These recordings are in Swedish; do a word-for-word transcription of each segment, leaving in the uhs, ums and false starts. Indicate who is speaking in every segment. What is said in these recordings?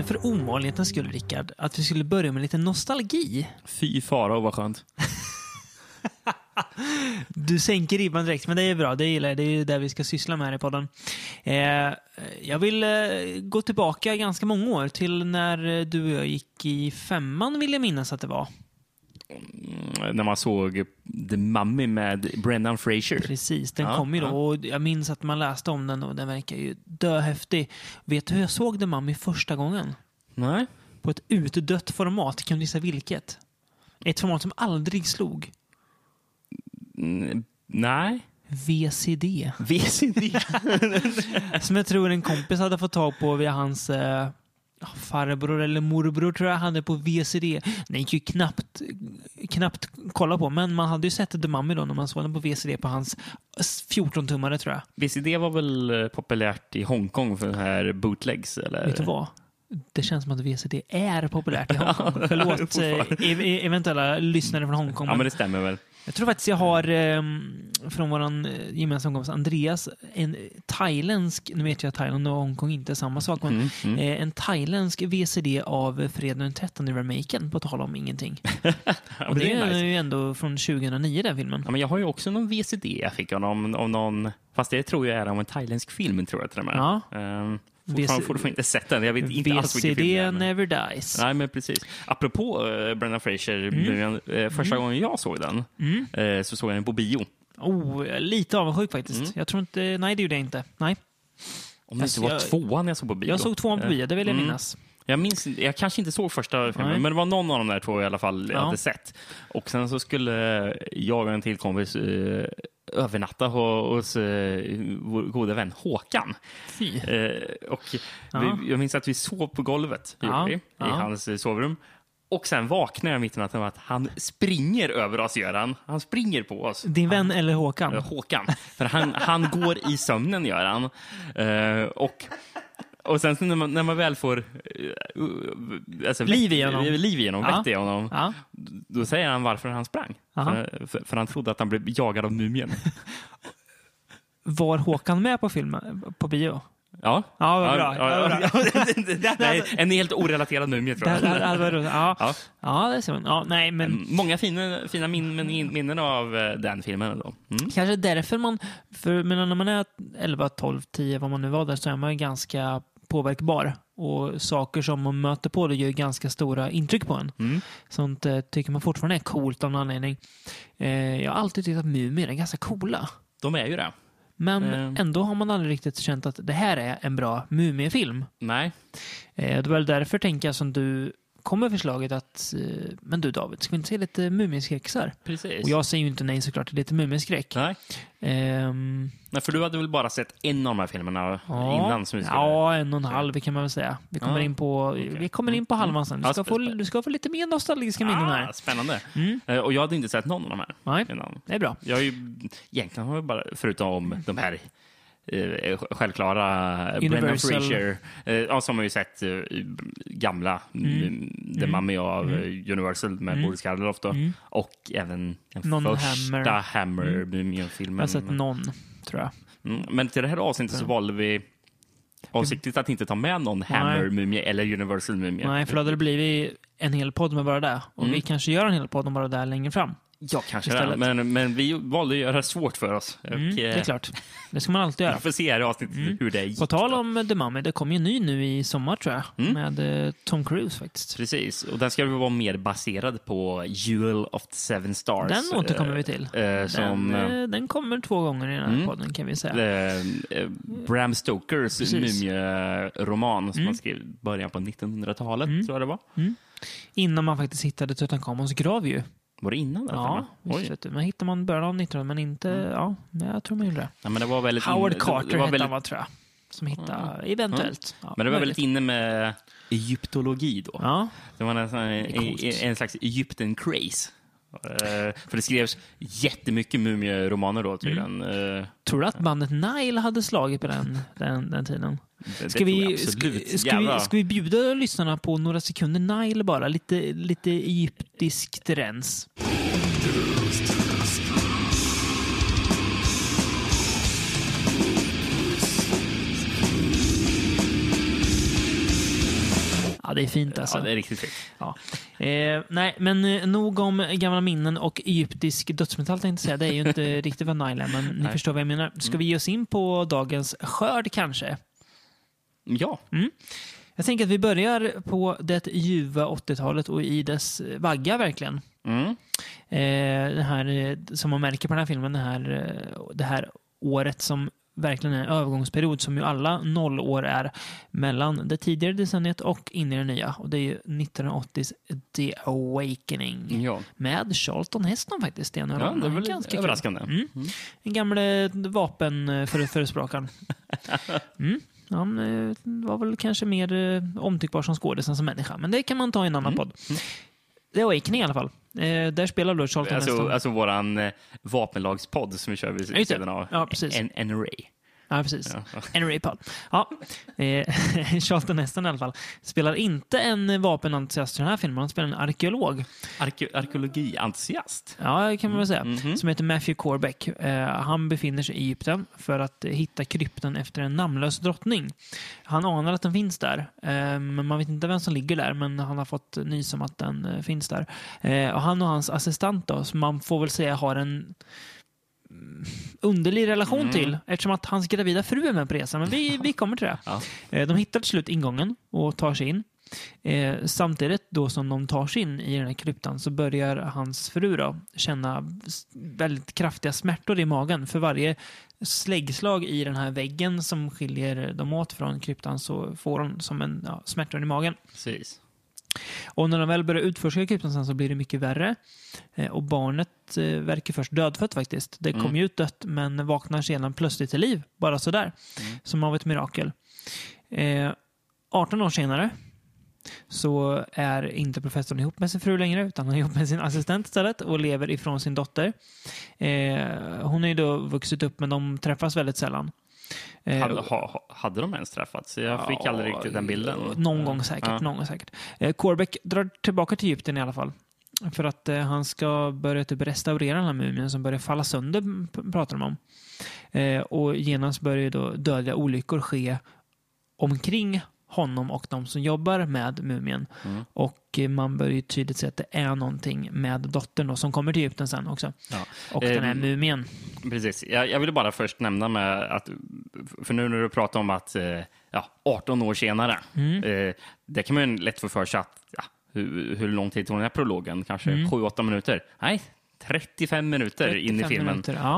Speaker 1: för ovanlighetens skull, Rickard, att vi skulle börja med lite nostalgi.
Speaker 2: Fy fara, vad skönt.
Speaker 1: Du sänker ribban direkt, men det är bra. Det gillar jag. Det är ju där vi ska syssla med här i podden. Eh, jag vill eh, gå tillbaka ganska många år till när du och jag gick i femman, vill jag minnas att det var.
Speaker 2: Mm, när man såg The Mummy med Brendan Fraser.
Speaker 1: Precis, den
Speaker 2: ja,
Speaker 1: kom ju då.
Speaker 2: Ja.
Speaker 1: Och jag minns att man läste om den och den verkar ju döhäftig. Vet du hur jag såg The Mummy första gången?
Speaker 2: Nej.
Speaker 1: På ett utdött format, kan du gissa vilket? Ett format som aldrig slog.
Speaker 2: Mm, nej.
Speaker 1: V C D.
Speaker 2: V C D.
Speaker 1: Som jag tror en kompis hade fått tag på via hans eh, farbror eller morbror, tror jag hade på V C D. Den gick ju knappt, knappt kolla på, men man hade ju sett The Mummy då när man såg den på V C D på hans fjorton-tummare, tror jag.
Speaker 2: V C D var väl populärt i Hongkong för den här bootlegs, eller?
Speaker 1: Vet du vad? Det känns som att V C D är populärt i Hongkong. Förlåt eh, eventuella lyssnare från Hongkong.
Speaker 2: Ja, men det stämmer väl.
Speaker 1: Jag tror faktiskt jag har eh, från våran gemensamma kompis Andreas en thailändsk, nu vet jag att Thailand och Hongkong inte är samma sak, men mm, mm. Eh, en thailändsk V C D av Fredag den trettonde remaken, på tal om ingenting.
Speaker 2: Ja,
Speaker 1: och det, det är,
Speaker 2: är nice.
Speaker 1: Ju ändå från tjugohundranio, den filmen.
Speaker 2: Ja, men jag har ju också någon V C D jag fick av någon, av någon, fast det tror jag är om en thailändsk film, tror jag till och med.
Speaker 1: Ja.
Speaker 2: Um, Fortfarande får du inte sett den. Jag vet inte
Speaker 1: V C D
Speaker 2: alls vilken film det är, men...
Speaker 1: never dies.
Speaker 2: Nej, men precis. Apropå uh, Brendan Fraser, mm. uh, första mm. gången jag såg den mm. uh, så såg jag den på bio.
Speaker 1: Oh, lite avundsjuk faktiskt. Mm. Jag tror inte, nej det gjorde jag inte. Nej.
Speaker 2: Om det inte var jag, tvåan jag såg på bio.
Speaker 1: Jag såg tvåan på bio, det vill jag minnas.
Speaker 2: Mm. Jag minns, jag kanske inte såg första filmen, nej. Men det var någon av de där två i alla fall jag
Speaker 1: ja. hade
Speaker 2: sett. Och sen så skulle jag och en till kompis uh, övernatta hos uh, vår goda vän Håkan.
Speaker 1: Fy.
Speaker 2: Uh, och
Speaker 1: ja.
Speaker 2: vi, jag minns att vi sov på golvet
Speaker 1: ja.
Speaker 2: vi, i
Speaker 1: ja.
Speaker 2: hans sovrum. Och sen vaknar jag mitt i natten med att han springer över oss, gör han. Han springer på oss.
Speaker 1: Din vän
Speaker 2: han,
Speaker 1: eller Håkan?
Speaker 2: Uh, Håkan. För han, han går i sömnen, gör han. Uh, och... Och sen när man, när man väl får uh, alltså,
Speaker 1: liv igenom,
Speaker 2: liv igenom
Speaker 1: ja.
Speaker 2: vett i honom,
Speaker 1: ja.
Speaker 2: då säger han varför han sprang. För, för, för han trodde att han blev jagad av mumien.
Speaker 1: Var Håkan med på filmen, på bio?
Speaker 2: Ja.
Speaker 1: Ja, vad bra.
Speaker 2: Ja, ja,
Speaker 1: ja,
Speaker 2: ja. det, nej, en helt orelaterad mumie, tror jag.
Speaker 1: Det, det, det, ja.
Speaker 2: Ja.
Speaker 1: Ja, det är så. Ja, nej, men...
Speaker 2: Många fina, fina min, min, minnen av den filmen. Då. Mm.
Speaker 1: Kanske därför man... För men när man är elva, tolv, tio, vad man nu var där, så är man ganska påverkbar. Och saker som man möter på det gör ganska stora intryck på en. Mm. Sånt eh, tycker man fortfarande är coolt av någon anledning. Eh, jag har alltid tyckt att mumier är ganska coola.
Speaker 2: De är ju det.
Speaker 1: Men mm. ändå har man aldrig riktigt känt att det här är en bra mumiefilm.
Speaker 2: Nej.
Speaker 1: Eh, det var därför tänker jag som du kommer förslaget att eh, men du David, ska vi inte se lite mumieskräcksar?
Speaker 2: Precis.
Speaker 1: Och jag säger ju inte nej såklart till lite mumieskräck.
Speaker 2: Nej.
Speaker 1: Um,
Speaker 2: nej, för du hade väl bara sett en av de här filmerna ja, innan? Som vi skulle...
Speaker 1: Ja, en och en halv kan man väl säga. Vi kommer, ja. in, på, okay. vi kommer in på halvan sen. Du ska, ja, få, du ska få lite mer nostalgiska minnen här.
Speaker 2: Ah, spännande.
Speaker 1: Mm.
Speaker 2: Uh, och jag hade inte sett någon av de här.
Speaker 1: Nej,
Speaker 2: innan.
Speaker 1: det är bra.
Speaker 2: Jag har ju, egentligen har jag bara, förutom de här Uh, självklara Universal. Brendan Fraser uh, ja, som har ju sett uh, gamla mm. The Mummy av mm. Universal med mm. Boris Karloff då, mm. och även den
Speaker 1: någon
Speaker 2: första
Speaker 1: Hammer,
Speaker 2: Hammer-filmen.
Speaker 1: Jag har sett någon, tror jag.
Speaker 2: Mm. Men till det här avsnittet så valde vi avsiktligt att inte ta med någon Hammer-mumie eller Universal-mumie.
Speaker 1: Nej, för då hade det blivit en hel podd med bara det. Och mm. vi kanske gör en hel podd om bara det längre fram.
Speaker 2: Ja, kanske det. Men, men vi valde att göra det svårt för oss.
Speaker 1: Mm, och, det är klart. Det ska man alltid göra.
Speaker 2: Vi får se här i avsnittet mm. hur det gick.
Speaker 1: På tal om The Mummy, det kommer ju en ny nu i sommar, tror jag. Mm. Med uh, Tom Cruise faktiskt.
Speaker 2: Precis. Och den ska vara mer baserad på Jewel of the Seven Stars.
Speaker 1: Den återkommer vi till.
Speaker 2: Uh, som,
Speaker 1: den, uh, den kommer två gånger i den här mm. podden, kan vi säga.
Speaker 2: Uh, uh, Bram Stokers mumie-roman som mm. man skrev början på nittonhundratalet, mm. tror jag det var. Mm.
Speaker 1: Innan man faktiskt hittade Tutankhamons grav ju.
Speaker 2: Var det innan?
Speaker 1: Ja, visst, vet du. Men hittar man början av nittonhundratalet, men inte... Mm. Ja, jag tror man gjorde det.
Speaker 2: Ja, men det var väldigt
Speaker 1: Howard
Speaker 2: inne,
Speaker 1: Carter
Speaker 2: det var
Speaker 1: hette
Speaker 2: väldigt...
Speaker 1: han, tror jag. Som hittade, mm. eventuellt.
Speaker 2: Mm. Ja, men det var väldigt inne med egyptologi då.
Speaker 1: Ja.
Speaker 2: Det var en, en, en slags Egypten-craze. Uh, för det skrevs jättemycket mumie-romaner då tydligen. Mm. Uh,
Speaker 1: tror du att bandet Nile hade slagit på den, den, den tiden?
Speaker 2: Det,
Speaker 1: ska,
Speaker 2: det
Speaker 1: vi, ska, ska, vi, ska vi bjuda lyssnarna på några sekunder Nile bara? Lite, lite egyptisk rens. Ja, det är fint alltså.
Speaker 2: Ja, det är riktigt fint.
Speaker 1: Ja. Eh, nej, men eh, nog om gamla minnen och egyptisk dödsmetall tänkte jag säga. Det är ju inte riktigt vad Nile är, men ni nej. förstår vad jag menar. Ska mm. vi ge oss in på dagens skörd kanske?
Speaker 2: Ja.
Speaker 1: Mm. Jag tänker att vi börjar på det ljuva åttiotalet och i dess vagga verkligen. Mm. Eh, det här, som man märker på den här filmen, det här, det här året som verkligen är en övergångsperiod som ju alla nollår är mellan det tidigare decenniet och in i det nya. Och det är ju nittonhundraåttios The Awakening. Ja. Med Charlton Heston faktiskt.
Speaker 2: Ja, det var ganska överraskande. Mm.
Speaker 1: Mm. En gamle vapenförespråkaren. Mm. Han var väl kanske mer omtyckbar som skådespelare som människa. Men det kan man ta i en annan mm. podd. Mm. The Awakening i alla fall. Eh, där spelar då Charlton
Speaker 2: alltså,
Speaker 1: Heston.
Speaker 2: Alltså våran eh, vapenlagspodd som vi kör vid sidan av.
Speaker 1: Ja, precis.
Speaker 2: En, en array.
Speaker 1: Ja, precis. Ja. En array-podd. Ja. Eh, Charlton Heston i alla fall spelar inte en vapenentusiast i den här filmen. Han spelar en arkeolog.
Speaker 2: Arke- arkeologientusiast?
Speaker 1: Ja, det kan man väl säga.
Speaker 2: Mm. Mm-hmm.
Speaker 1: Som heter Matthew Corbeck. Eh, han befinner sig i Egypten för att hitta krypten efter en namnlös drottning. Han anar att den finns där. Eh, men man vet inte vem som ligger där, men han har fått nys om att den eh, finns där. Eh, och han och hans assistent då, som man får väl säga har en underlig relation mm. till, eftersom att hans gravida fru är med på resan. Men vi, vi kommer till det. Ja. De hittar till slut ingången och tar sig in. Eh, samtidigt då som de tar sig in i den här kryptan så börjar hans fru då känna väldigt kraftiga smärtor i magen. För varje släggslag i den här väggen som skiljer dem åt från kryptan så får hon som en ja, smärtor i magen.
Speaker 2: Precis.
Speaker 1: Och när de väl börjar utforska kryptan sen så blir det mycket värre. Eh, och barnet eh, verkar först dödfött faktiskt. Det kom mm. ju ut dött men vaknar sedan plötsligt till liv. Bara sådär. Mm. Som av ett mirakel. Eh, arton år senare så är inte professorn ihop med sin fru längre utan han är ihop med sin assistent istället och lever ifrån sin dotter. Eh, hon är ju då vuxit upp men de träffas väldigt sällan.
Speaker 2: Eh, hade, ha, hade de ens träffats? Jag fick ja, aldrig riktigt den bilden.
Speaker 1: Någon gång säkert. Ja. Någon gång säkert. Eh, Corbeck drar tillbaka till Egypten i alla fall. För att eh, han ska börja typ restaurera den här mumien som börjar falla sönder, pratar de om. Eh, och genast börjar då dödliga olyckor ske omkring honom och de som jobbar med mumien. Mm. Och man börjar ju tydligt se att det är någonting med dottern då, som kommer till Egypten sen också. Ja. Och eh, den här mumien.
Speaker 2: Precis. Jag, jag ville bara först nämna med att, för nu när du pratar om att ja, arton år senare, mm. eh, det kan man ju lätt få för sig att ja, hur, hur lång tid tog den här prologen? Kanske mm. sju åtta minuter? Nej, trettiofem minuter trettiofem in i filmen. Minuter, ja.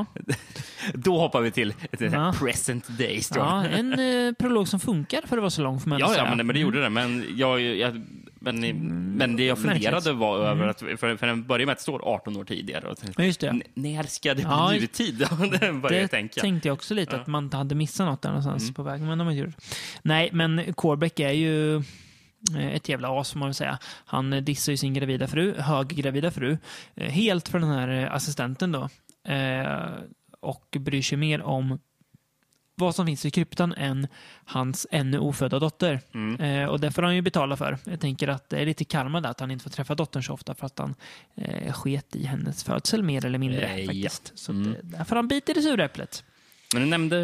Speaker 2: Då hoppar vi till ett ja. present day story.
Speaker 1: Ja, en eh, prolog som funkar för att vara så lång för mig.
Speaker 2: Ja, ja men, men det gjorde det. Men, jag, jag, men, mm. men det jag funderade var mm. över att för, för den börjar med att det står arton år tidigare. Och tänkte,
Speaker 1: just det.
Speaker 2: N- när ska det bli ja, nutid? det
Speaker 1: jag
Speaker 2: tänka.
Speaker 1: tänkte jag också lite ja. att man hade missat något där någonstans mm. på vägen. Men de har inte gjort. Nej, men Corbeck är ju ett jävla as, får man vill säga. Han dissar ju sin gravida fru, höggravida fru, helt för den här assistenten då. Eh, och bryr sig mer om vad som finns i kryptan än hans ännu ofödda dotter. Mm. Eh, och det får han ju betala för. Jag tänker att det är lite karma där att han inte får träffa dottern så ofta för att han eh, sket i hennes födsel mer eller mindre eh, faktiskt. Ja. Så mm. det, där får han bita i det sura äpplet.
Speaker 2: Men du nämnde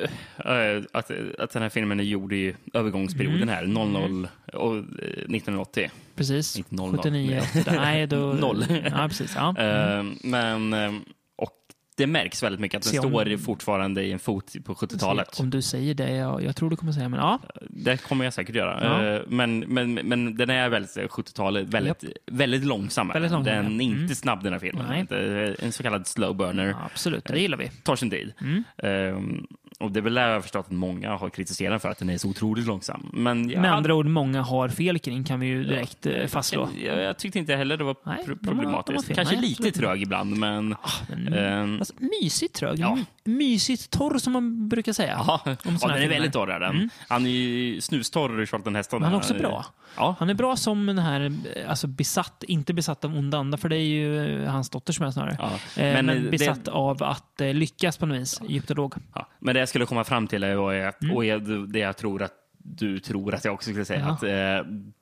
Speaker 2: äh, att, att den här filmen är gjord i övergångsperioden här, noll noll och äh, nittonhundraåttio.
Speaker 1: Precis,
Speaker 2: inte noll noll.
Speaker 1: sjuttionio. Nej, då...
Speaker 2: Noll.
Speaker 1: Ja, precis. Ja.
Speaker 2: Mm. Uh, men, uh, och det märks väldigt mycket att den om... står fortfarande i en fot på sjuttiotalet.
Speaker 1: Om du säger det, jag, jag tror du kommer säga, men ja.
Speaker 2: Det kommer jag säkert göra. Ja. Uh, men, men, men den är väldigt sjuttiotalet, väldigt, yep. väldigt långsam. Väldigt långsam. Den är inte mm. snabb, den här filmen. Nej. En så kallad slow burner. Ja,
Speaker 1: absolut, det gillar vi.
Speaker 2: Tar sin tid. Mm. Uh, och det är väl där jag har förstått att många har kritiserat för att den är så otroligt långsam. Men
Speaker 1: med hade... andra ord, många har fel kring, kan vi ju direkt ja. fastslå.
Speaker 2: Jag, jag tyckte inte heller det var Nej, pro- problematiskt. De var, de var Kanske Nej, lite absolut. trög ibland, men... Ah, men
Speaker 1: uh, alltså, mysigt trög. Ja. Mysigt torr, som man brukar säga.
Speaker 2: Ja, ja den är väldigt torr. Den. Mm. Han är ju snustorr, Charlton Heston.
Speaker 1: Han är också bra. Ja. Han är bra som den här, alltså besatt, inte besatt av onda andar, för det är ju hans dotter som är snarare. Ja. Men, men besatt det... av att lyckas på något vis, egyptolog.
Speaker 2: Ja. Men det jag skulle komma fram till är, och är, mm. och är det jag tror att du tror att jag också skulle säga, ja. att eh,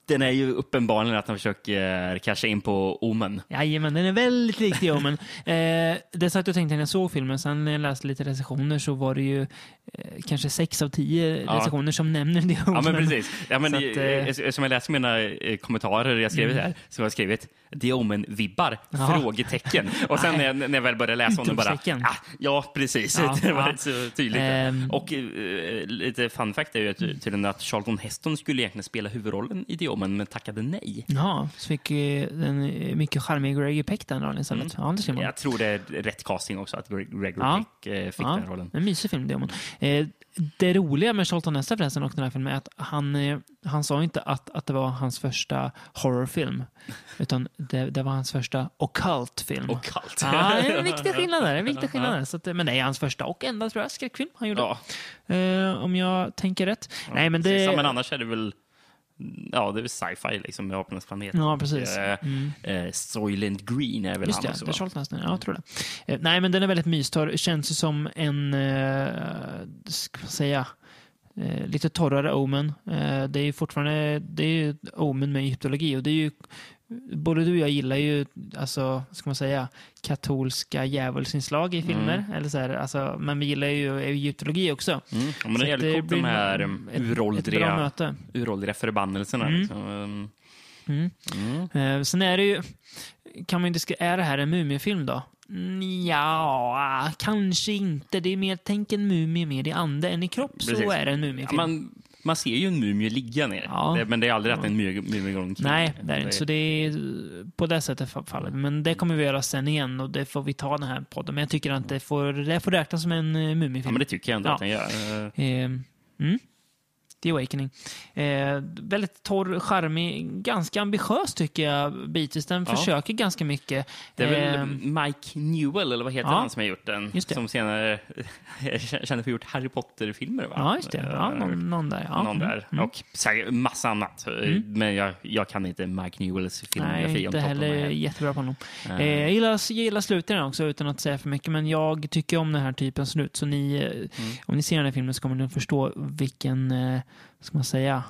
Speaker 2: den är ju uppenbarligen att han försöker casha in på Omen.
Speaker 1: Jajamän, den är väldigt lik i Omen. eh, det satt jag tänkte när jag såg filmen, sen när jag läste lite recensioner så var det ju eh, kanske sex av tio ja. recensioner som nämner det.
Speaker 2: Ja, men precis. Ja, men
Speaker 1: att,
Speaker 2: eh, som jag läste mina eh, kommentarer jag skrivit mm. här, så har jag skrivit The Omen-vibbar, frågetecken. Och sen när jag, när jag väl började läsa om det bara, ah, ja, precis. Ja, det var ja. så tydligt. Um, och eh, lite fun fact är ju tydligen att Charlton Heston skulle egentligen spela huvudrollen i The Omen, men tackade nej.
Speaker 1: Ja, så fick den mycket charmig Gregory Peck den rollen istället. Mm. Ja, det ser man.
Speaker 2: Jag tror det är rätt casting också, att Gregory ja. Peck fick ja. den rollen.
Speaker 1: En mysig film, The Omen. Eh, det roliga med Charlton Heston förresten och den här filmen är att han, han sa inte att, att det var hans första horrorfilm, utan det, det var hans första occult-film.
Speaker 2: Occult.
Speaker 1: Ja, en viktig skillnad där. En viktig skillnad där. Så att, men det är hans första och enda, tror jag, skräckfilm han gjorde. Ja. Eh, om jag tänker rätt.
Speaker 2: Ja,
Speaker 1: Nej, men, det...
Speaker 2: men annars är det väl ja, det är sci-fi liksom, med Apornas planet.
Speaker 1: Ja, precis.
Speaker 2: Mm. Eh, Soylent Green är väl
Speaker 1: just
Speaker 2: han
Speaker 1: det,
Speaker 2: också.
Speaker 1: Det är Charlton Heston. Ja, jag tror det. Eh, nej, men den är väldigt mystorr. Känns som en eh, ska man säga eh, lite torrare Omen. Eh, det är ju fortfarande det är ju Omen med egyptologi, och det är ju både du och jag gillar ju, alltså, ska man säga, katolska djävulsinslag i filmer. Mm. Eller så här, alltså, men vi gillar ju egyptologi också.
Speaker 2: Mm. Ja, men det gäller de här uråldriga, uråldriga förbannelserna.
Speaker 1: Mm.
Speaker 2: Liksom.
Speaker 1: Mm. Mm. Uh, sen är det ju, kan man ju diskutera, är det här en mumiefilm då? Ja, kanske inte. Det är mer, tänk en mumie mer i ande än i kropp. Precis. Så är det en mumiefilm.
Speaker 2: Ja, man, man ser ju en mumie ligga ner. Ja. Det, men det är aldrig att en mumie går omkring.
Speaker 1: Nej, det är inte. Så det är på det sättet fallet. Men det kommer vi göra sen igen, och det får vi ta den här podden. Men jag tycker att det får, det får räknas som en mumiefilm.
Speaker 2: Ja, men det tycker jag ändå
Speaker 1: ja.
Speaker 2: att den gör.
Speaker 1: Eh, mm. The Awakening. Eh, väldigt torr, charmig, ganska ambitiös tycker jag bitvis. Den ja. försöker ganska mycket.
Speaker 2: Det är väl eh, Mike Newell, eller vad heter ja. han som har gjort den? Som senare känner för att ha gjort Harry Potter-filmer, va?
Speaker 1: Ja, just det. Ja, någon, någon där. Ja.
Speaker 2: Någon där. Mm. Och säkert massa annat. Mm. Men jag, jag kan inte Mike Newells filmografi.
Speaker 1: Nej, inte heller jättebra på honom. Uh. Eh, jag, gillar, jag gillar slutet också, utan att säga för mycket. Men jag tycker om den här typen slut. Så ni, mm. om ni ser den här filmen så kommer ni att förstå vilken, eh, ska man säga,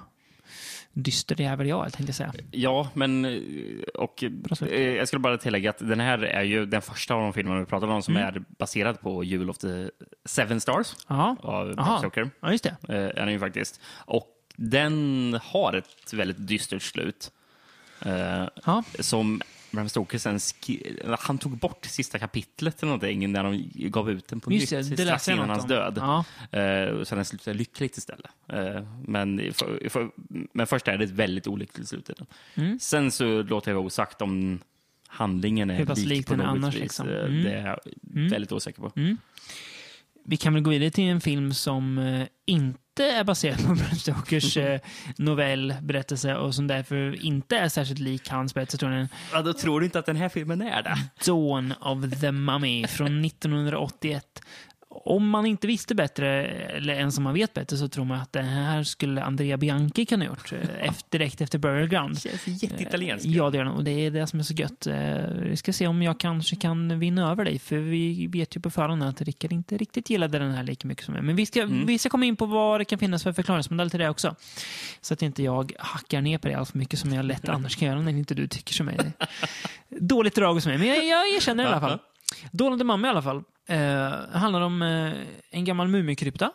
Speaker 1: dyster jävel jag, tänkte jag säga.
Speaker 2: Ja, men och eh, jag skulle bara tillägga att den här är ju den första av de filmerna vi pratade om som mm. är baserad på Jewel of the Seven Stars.
Speaker 1: Aha.
Speaker 2: Av Bram Stoker.
Speaker 1: Ja, just det.
Speaker 2: Eh, är den ju faktiskt. Och den har ett väldigt dystert slut. Eh, ja. Som Bram Stoker sen sk- han tog bort sista kapitlet eller någonting när de gav ut den på
Speaker 1: just
Speaker 2: nytt
Speaker 1: det,
Speaker 2: strax innan hans död.
Speaker 1: Ja.
Speaker 2: Uh, så den slutade lyckligt istället. Uh, men, för, för, men först är det ett väldigt olyckligt slut. Mm. Sen så låter jag vara osagt om handlingen är lik på något annars, vis. Liksom. Mm. Det är jag mm. väldigt osäker på.
Speaker 1: Mm. Vi kan väl gå vidare till en film som uh, inte är baserad på Bram Stokers uh, novell, berättelse, och som därför inte är särskilt lik hans berättelse.
Speaker 2: Ja, då tror du inte att den här filmen är det.
Speaker 1: Dawn of the Mummy från nittonhundraåttioett. Om man inte visste bättre, eller ens om man vet bättre, så tror man att det här skulle Andrea Bianchi kunna ha gjort efter, direkt efter Burial Ground.
Speaker 2: Det känns jätteitalienskt.
Speaker 1: Ja, det gör det, och det är det som är så gött. Vi ska se om jag kanske kan vinna över dig, för vi vet ju på förhand att Rickard inte riktigt gillade den här lika mycket som jag. Men vi ska, mm. vi ska komma in på vad det kan finnas för förklaringsmodell till det också. Så att inte jag hackar ner på det allt för mycket som jag lätt annars kan göra när inte du tycker som mig. Dåligt drag hos mig, men jag, jag erkänner det i alla fall. Dawn of the Mummy i alla fall. Uh, handlar om uh, en gammal mumikrypta.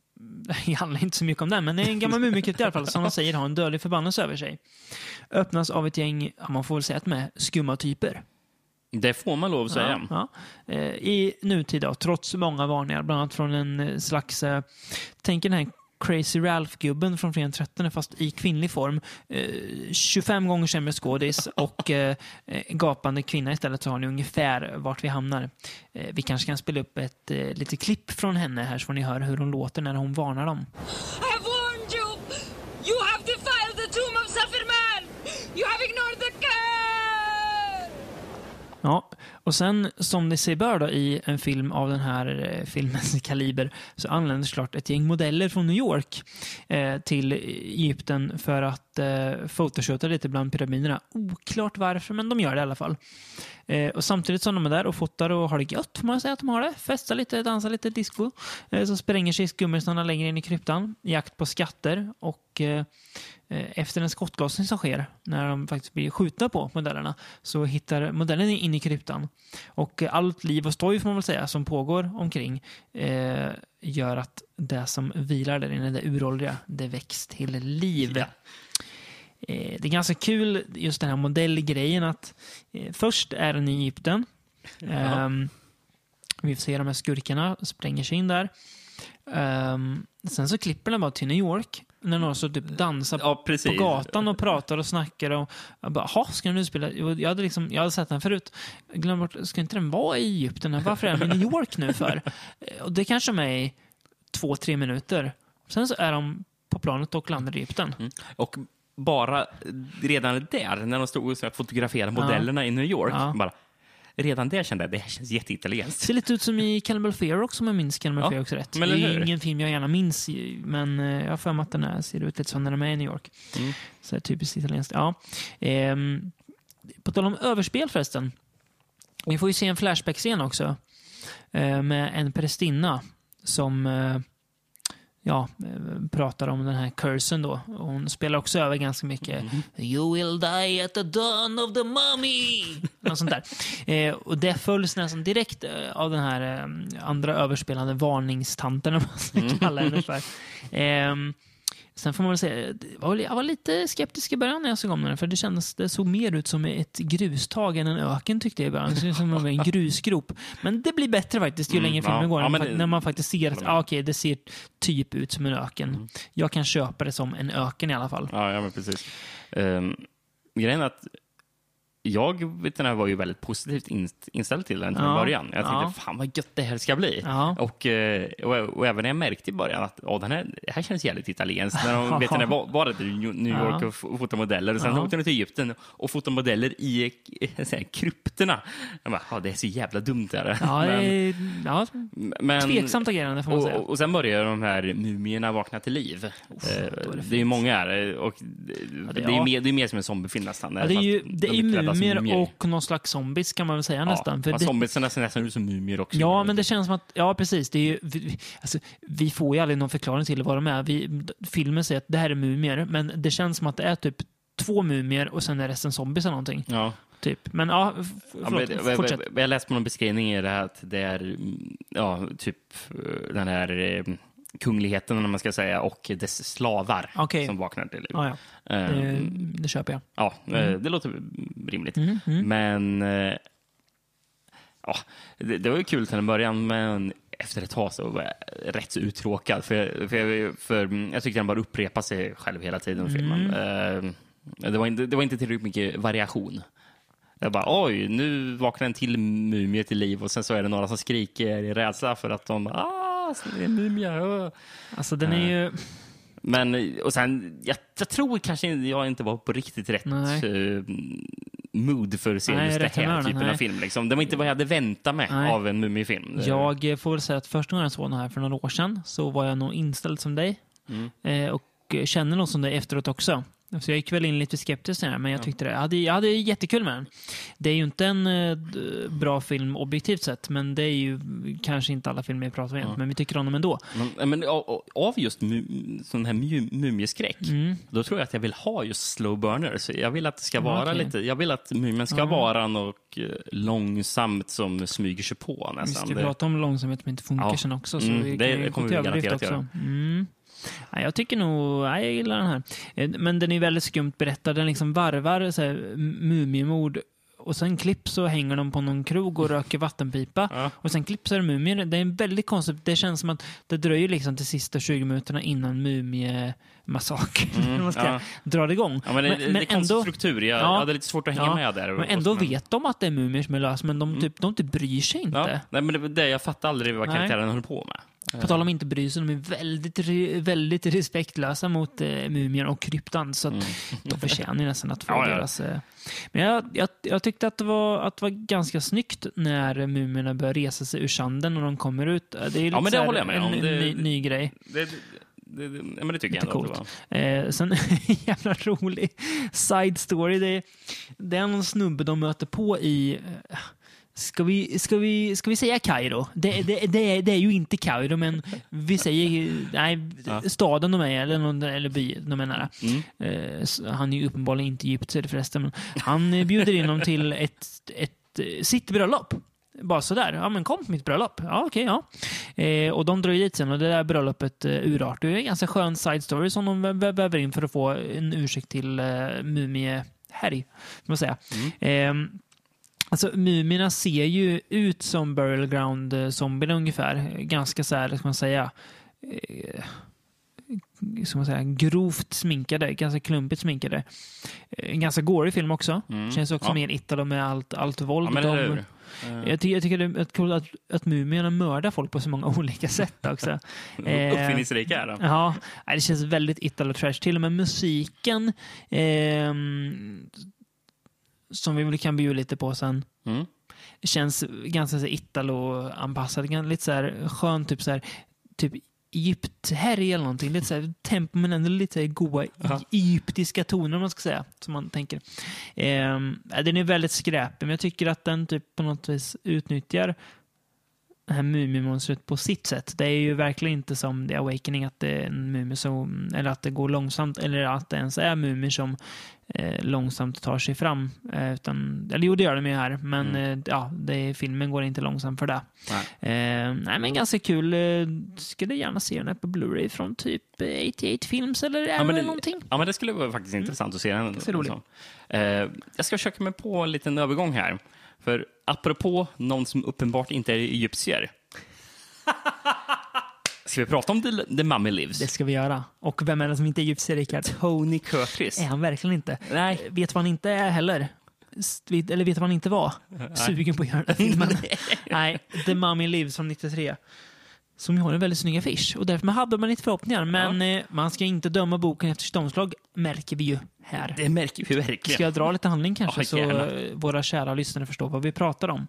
Speaker 1: Det handlar inte så mycket om den, men en gammal mumikrypta i alla fall, som de säger har en dödlig förbannelse över sig. Öppnas av ett gäng, man får väl säga att med skumma typer.
Speaker 2: Det får man lov att säga.
Speaker 1: Ja, ja. Uh, I nutid då, trots många varningar, bland annat från en slags, uh, tänk den här Crazy Ralph-gubben från Fredag den trettonde fast i kvinnlig form. Eh, tjugofem gånger sämre skådis och eh, gapande kvinna istället, så har ni ungefär vart vi hamnar. Eh, vi kanske kan spela upp ett eh, litet klipp från henne här så får ni höra hur hon låter när hon varnar dem.
Speaker 3: I have warned you! You have defiled the tomb of Safirman! You have ignored the curse!
Speaker 1: Ja, och sen som det sig bör då i en film av den här eh, filmens kaliber, så anländer såklart ett gäng modeller från New York eh, till Egypten för att eh, photoshota lite bland pyramiderna. Oklart varför, men de gör det i alla fall. Eh, och samtidigt som de är där och fotar och har det gött, får man säga att de har det. Festar lite, dansar lite, disco. Eh, så spränger sig skummisarna längre in i kryptan. Jakt på skatter. Och eh, efter en skottlossning som sker, när de faktiskt blir skjutna på modellerna, så hittar modellen in i kryptan. Och allt liv och stoj, får man väl säga, som pågår omkring eh, gör att det som vilar där inne, det uråldriga, det väcks till liv. Ja. Det är ganska kul just den här modellgrejen att eh, först är den i Egypten. Ja. Um, vi får se de här skurkarna spränger sig in där. Um, sen så klipper den bara till New York när någon så typ dansar
Speaker 2: ja,
Speaker 1: på gatan och pratar och snackar och jag bara, jaha, ska den nu spela? Jag hade, liksom, jag hade sett den förut. Jag glömde bort, ska inte den vara i Egypten? Varför är den i New York nu för? Och det kanske är med i två, tre minuter. Sen så är de på planet och landar i Egypten. Mm.
Speaker 2: Och bara redan där, när de stod och fotograferade modellerna ja. i New York, ja. bara, redan där kände jag det här känns jätteitalienskt.
Speaker 1: Det ser lite ut som i Cannibal Fear också, om jag minns Cannibal ja, Fear också rätt. Det är ingen film jag gärna minns, men jag har för mig att den här ser ut lite som när de är i New York. Mm. Så typiskt italienskt. Ja. Ehm, på tal om överspel förresten. Vi får ju se en flashback-scen också eh, med en prästinna som eh, ja, pratar om den här cursen då. Hon spelar också över ganska mycket. Mm. You will die at the dawn of the mummy. Något sånt där. Eh, och det följs nästan direkt av den här eh, andra överspelande varningstanten, om man ska kalla henne för. Eh, sen får man väl säga, jag var lite skeptisk i början när jag såg om den, för det kändes, det såg mer ut som ett grustag än en öken, tyckte jag i början. Det såg som en grusgrop. Men det blir bättre faktiskt ju mm, längre filmen ja, går. Ja, det, när man faktiskt ser att ah, okay, det ser typ ut som en öken. Mm. Jag kan köpa det som en öken i alla fall.
Speaker 2: Ja, ja men precis. Um, grejen är att jag vet den här var ju väldigt positivt inställd till den från ja, början. Jag tänkte, ja. fan vad gött det här ska bli. Ja. Och, och, och även när jag märkte i början att åh, den här, det här känns jävligt italienskt. När de vet den här var, var det New York ja. och fotomodeller. Och sen ja. åkte de till Egypten och fotomodeller i här, krypterna. Jag bara, ja, det är så jävla dumt där.
Speaker 1: Ja, men, det är ja, men, tveksamt agerande får man säga.
Speaker 2: Och, och sen börjar de här mumierna vakna till liv. Uff, det, är det är ju många här. Och det, ja, det, det, är mer, det är mer som en zombiefilm nästan.
Speaker 1: Ja, det är ju det är mumier och någon slags zombies kan man väl säga ja, nästan.
Speaker 2: För det, zombies är nästan, nästan ut som mumier också.
Speaker 1: Ja, men det känns som att, ja precis, det är ju, vi, alltså, vi får ju aldrig någon förklaring till vad de är. Vi, filmen säger att det här är mumier, men det känns som att det är typ två mumier och sen är resten zombies eller någonting. Ja. Typ. Men ja, förlåt, ja men, fortsätt.
Speaker 2: Jag läste på någon beskrivning i det här att det är ja, typ den här kungligheten, om man ska säga, och dess slavar okay. som vaknar till liv.
Speaker 1: Ah, ja. det, det köper jag.
Speaker 2: Ja, mm. det låter rimligt. Mm, mm. Men ja, det, det var ju kul till en början, men efter ett tag så var jag rätt så uttråkad. För, för, för jag tyckte den bara upprepar sig själv hela tiden. Mm. Filmen. Det var inte, det var inte tillräckligt mycket variation. Jag bara, oj, nu vaknar en till mumie till liv och sen så är det några som skriker i rädsla för att de ah, det är en mumie.
Speaker 1: Alltså den är ju...
Speaker 2: Men, och sen, jag, jag tror kanske jag inte var på riktigt rätt uh, mood för att se nej, just det här typen nej. av film. Liksom. Det var inte vad jag hade väntat mig nej. av en mumiefilm.
Speaker 1: Jag får väl säga att första gången jag såg den här för några år sedan så var jag nog inställd som dig. Mm. Eh, och kände nog som dig efteråt också. Så jag gick väl in lite skeptisk där, men jag tyckte det. Jag hade, jag hade jättekul med den. Det är ju inte en uh, bra film objektivt sett, men det är ju kanske inte alla filmer vi pratar om, ja. men vi tycker om dem ändå.
Speaker 2: Men, men av just mu- sån här mumieskräck, mm. då tror jag att jag vill ha just slow burner. Så jag vill att det ska vara okay. lite, jag vill att mumien ska mm. vara något långsamt som smyger sig på nästan.
Speaker 1: Vi ska det... prata om långsamhet som inte funkar ja. sen också. Så
Speaker 2: mm,
Speaker 1: vi
Speaker 2: det, det kommer vi garanterat göra.
Speaker 1: Mm. Ja, jag tycker nog, ja, jag gillar den här. Men den är väldigt skumt berättad. Den liksom varvar så här, mumiemord och sen klipp så hänger de på någon krog och röker vattenpipa. Ja. Och sen klipp så är det mumier. Det är en väldigt konstigt. Det känns som att det dröjer liksom till sista tjugo minuterna innan mumie-massaker. Mm, man ska ja. dra det igång.
Speaker 2: Ja, men det, men, det, men det är ändå, struktur. Jag ja, hade lite svårt att hänga ja, med där.
Speaker 1: Men ändå men... vet de att det är mumier som är lös, men de, mm. typ, de typ bryr sig inte. Ja.
Speaker 2: Nej, men det, det, jag fattar aldrig vad karaktären håller på med.
Speaker 1: På tal om inte bry sig, de är väldigt, väldigt respektlösa mot eh, mumier och kryptan, så att mm. de förtjänar nästan att få ja, ja. deras... Eh. Men jag, jag, jag tyckte att det, var, att det var ganska snyggt när mumierna börjar resa sig ur sanden och de kommer ut. Det är lite
Speaker 2: ja, men det
Speaker 1: så här,
Speaker 2: håller jag med
Speaker 1: en,
Speaker 2: om.
Speaker 1: en
Speaker 2: det,
Speaker 1: ny, ny grej.
Speaker 2: Det, det, det, det, men det tycker
Speaker 1: lite
Speaker 2: jag ändå
Speaker 1: coolt.
Speaker 2: Det
Speaker 1: var. Eh, sen jävla rolig side story. Det, det är någon snubbe de möter på i... Eh, Ska vi, ska, vi, ska vi säga Kairo? Det, det, det, är, det är ju inte Kairo, men vi säger nej, ja. staden de är, eller, någon, eller by de är nära. Mm. Eh, han är ju uppenbarligen inte egyptier förresten, men han bjuder in dem till ett, ett, ett sitt bröllop. Bara sådär, ja men kom på mitt bröllop. Ja okej, okay, ja. Eh, och de drar ju dit sen och det där bröllopet uh, urart. Det är en ganska skön side story som de väver in för att få en ursäkt till uh, mumie-härj, får man säga. Mm. Eh, Alltså, mumierna ser ju ut som burial ground zombierna ungefär. Ganska så här, ska man säga, eh, ska man säga, grovt sminkade, ganska klumpigt sminkade. En ganska gory film också. Mm. Känns också ja. mer Italo med allt, allt våld. Ja, men de, Uh. Jag, ty- jag tycker det är coolt att, att mumierna mördar folk på så många olika sätt också.
Speaker 2: Uppfinningsrika är de.
Speaker 1: Ja, det känns väldigt Italo-trash. Till och med musiken... Eh, som vi väl kan bjuda lite på sen. Mm. Känns ganska så Italo-anpassad. Lite så här skön, typ så här, typ Egypt-härj eller någonting. Lite så här tempo, men ändå lite så här goa uh-huh. egyptiska toner, om man ska säga. Som man tänker. Eh, den är väldigt skräpig, men jag tycker att den typ på något vis utnyttjar det här mumiemonstret på sitt sätt. Det är ju verkligen inte som The Awakening att det är en mumie som, eller att det går långsamt, eller att det ens är mumier som eh, långsamt tar sig fram. Eh, utan, eller jo, det gör de ju här, men mm. eh, ja, det, filmen går inte långsamt för det. Nej, eh, nej men ganska kul. Eh, skulle gärna se den här på Blu-ray från typ åttioåtta Films eller
Speaker 2: ja, men det,
Speaker 1: någonting.
Speaker 2: Ja, men det skulle vara faktiskt mm. intressant att se den.
Speaker 1: Det är roligt.
Speaker 2: Eh, jag ska försöka mig på en liten övergång här. För apropå någon som uppenbart inte är egyptier. Ska vi prata om The, The Mummy Lives?
Speaker 1: Det ska vi göra. Och vem är det som inte är egyptier, Rickard?
Speaker 2: Tony Curtis.
Speaker 1: Är han verkligen inte?
Speaker 2: Nej.
Speaker 1: Vet vad han inte är heller? Eller vet vad han inte var? Nej. Sugen på att göra den filmen. Nej, The Mummy Lives från nittiotre. Som har en väldigt snygg affisch. Och därför hade man lite förhoppningar. Men ja. eh, man ska inte döma boken efter sitt omslag, märker vi ju här.
Speaker 2: Det märker vi verkligen.
Speaker 1: Ska jag dra lite handling kanske
Speaker 2: ja,
Speaker 1: så eh, våra kära lyssnare förstår vad vi pratar om.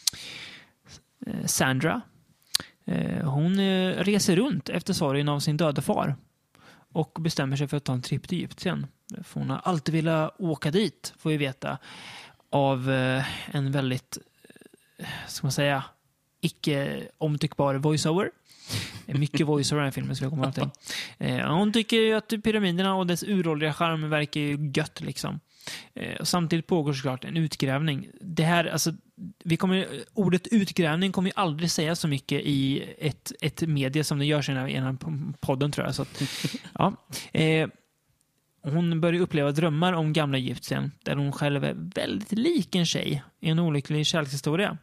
Speaker 1: Eh, Sandra. Eh, hon eh, reser runt efter sorgen av sin döda far. Och bestämmer sig för att ta en tripp till Egypten. För hon har alltid velat åka dit, får vi veta. Av eh, en väldigt, eh, ska man säga, icke omtyckbar voiceover. Mycket voiceover i den här filmen, skulle jag komma till. Eh, hon tycker ju att pyramiderna och dess uråldriga charm verkar ju gött liksom. Eh, och samtidigt pågår såklart en utgrävning. Det här, alltså, vi kommer, ordet utgrävning kommer ju aldrig säga så mycket i ett, ett media som det görs i den här podden, tror jag. Så att, ja. Eh, hon börjar uppleva drömmar om gamla Egypten, där hon själv är väldigt lik en tjej i en olycklig kärlekshistoria.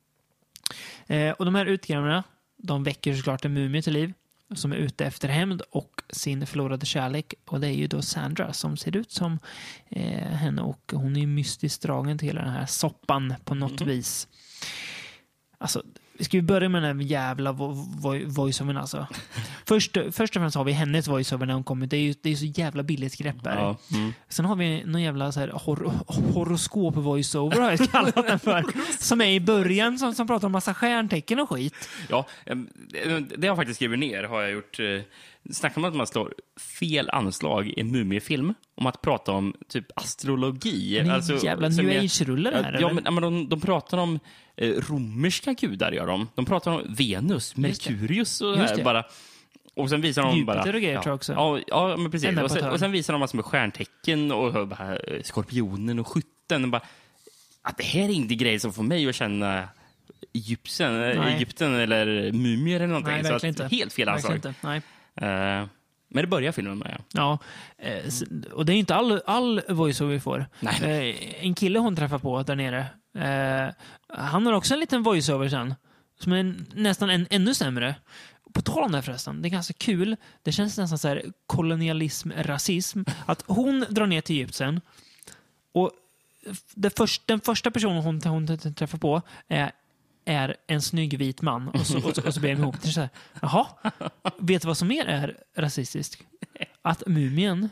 Speaker 1: Eh, och de här utgrävningarna, de väcker såklart en mumie till liv som är ute efter hämnd och sin förlorade kärlek. Och det är ju då Sandra som ser ut som eh, henne, och hon är ju mystiskt dragen till den här soppan på något mm. vis. Alltså, vi ska ju börja med den här jävla vo- vo- voiceovern alltså. Först, först och främst har vi hennes voiceover när hon kommer. Det är ju det är så jävla billigt grepp här. Ja. Mm. Sen har vi någon jävla så här hor- horoskop voiceover har jag kallat den för. Som är i början som, som pratar om massa stjärntecken och skit.
Speaker 2: Ja, det har jag faktiskt skrivit ner. Har jag gjort... Snackar om att man slår fel anslag i en mumiefilm om att prata om typ astrologi.
Speaker 1: Det är
Speaker 2: alltså,
Speaker 1: jävla new age-rulle det här.
Speaker 2: Ja, eller? men, men de, de pratar om eh, romerska gudar, gör de. De pratar om Venus, Merkurius och här, bara. Och sen visar de
Speaker 1: Jupiter
Speaker 2: bara...
Speaker 1: och grejer,
Speaker 2: ja,
Speaker 1: tror jag också.
Speaker 2: Ja, ja men precis. Och sen, och sen visar de massor med stjärntecken och bara, skorpionen och skytten. Och bara, att det här är inte grejer som får mig att känna... Egypten, Egypten eller mumier eller någonting.
Speaker 1: Nej, verkligen
Speaker 2: så att,
Speaker 1: inte.
Speaker 2: Helt fel anslag.
Speaker 1: Nej.
Speaker 2: Uh, men det börjar filmen med.
Speaker 1: Ja, eh, och det är inte all, all voiceover vi får.
Speaker 2: Nej.
Speaker 1: Eh, en kille hon träffar på där nere, eh, han har också en liten voiceover sen, som är nästan en, ännu sämre. På tal om det förresten, det är ganska kul. Det känns nästan så här kolonialism, rasism. Att hon drar ner till Egypten och det först, den första personen hon, hon träffar på är är en snygg vit man och så, och så, och så ber de ihop till så här. Jaha, vet du vad som mer är rasistiskt? Att mumien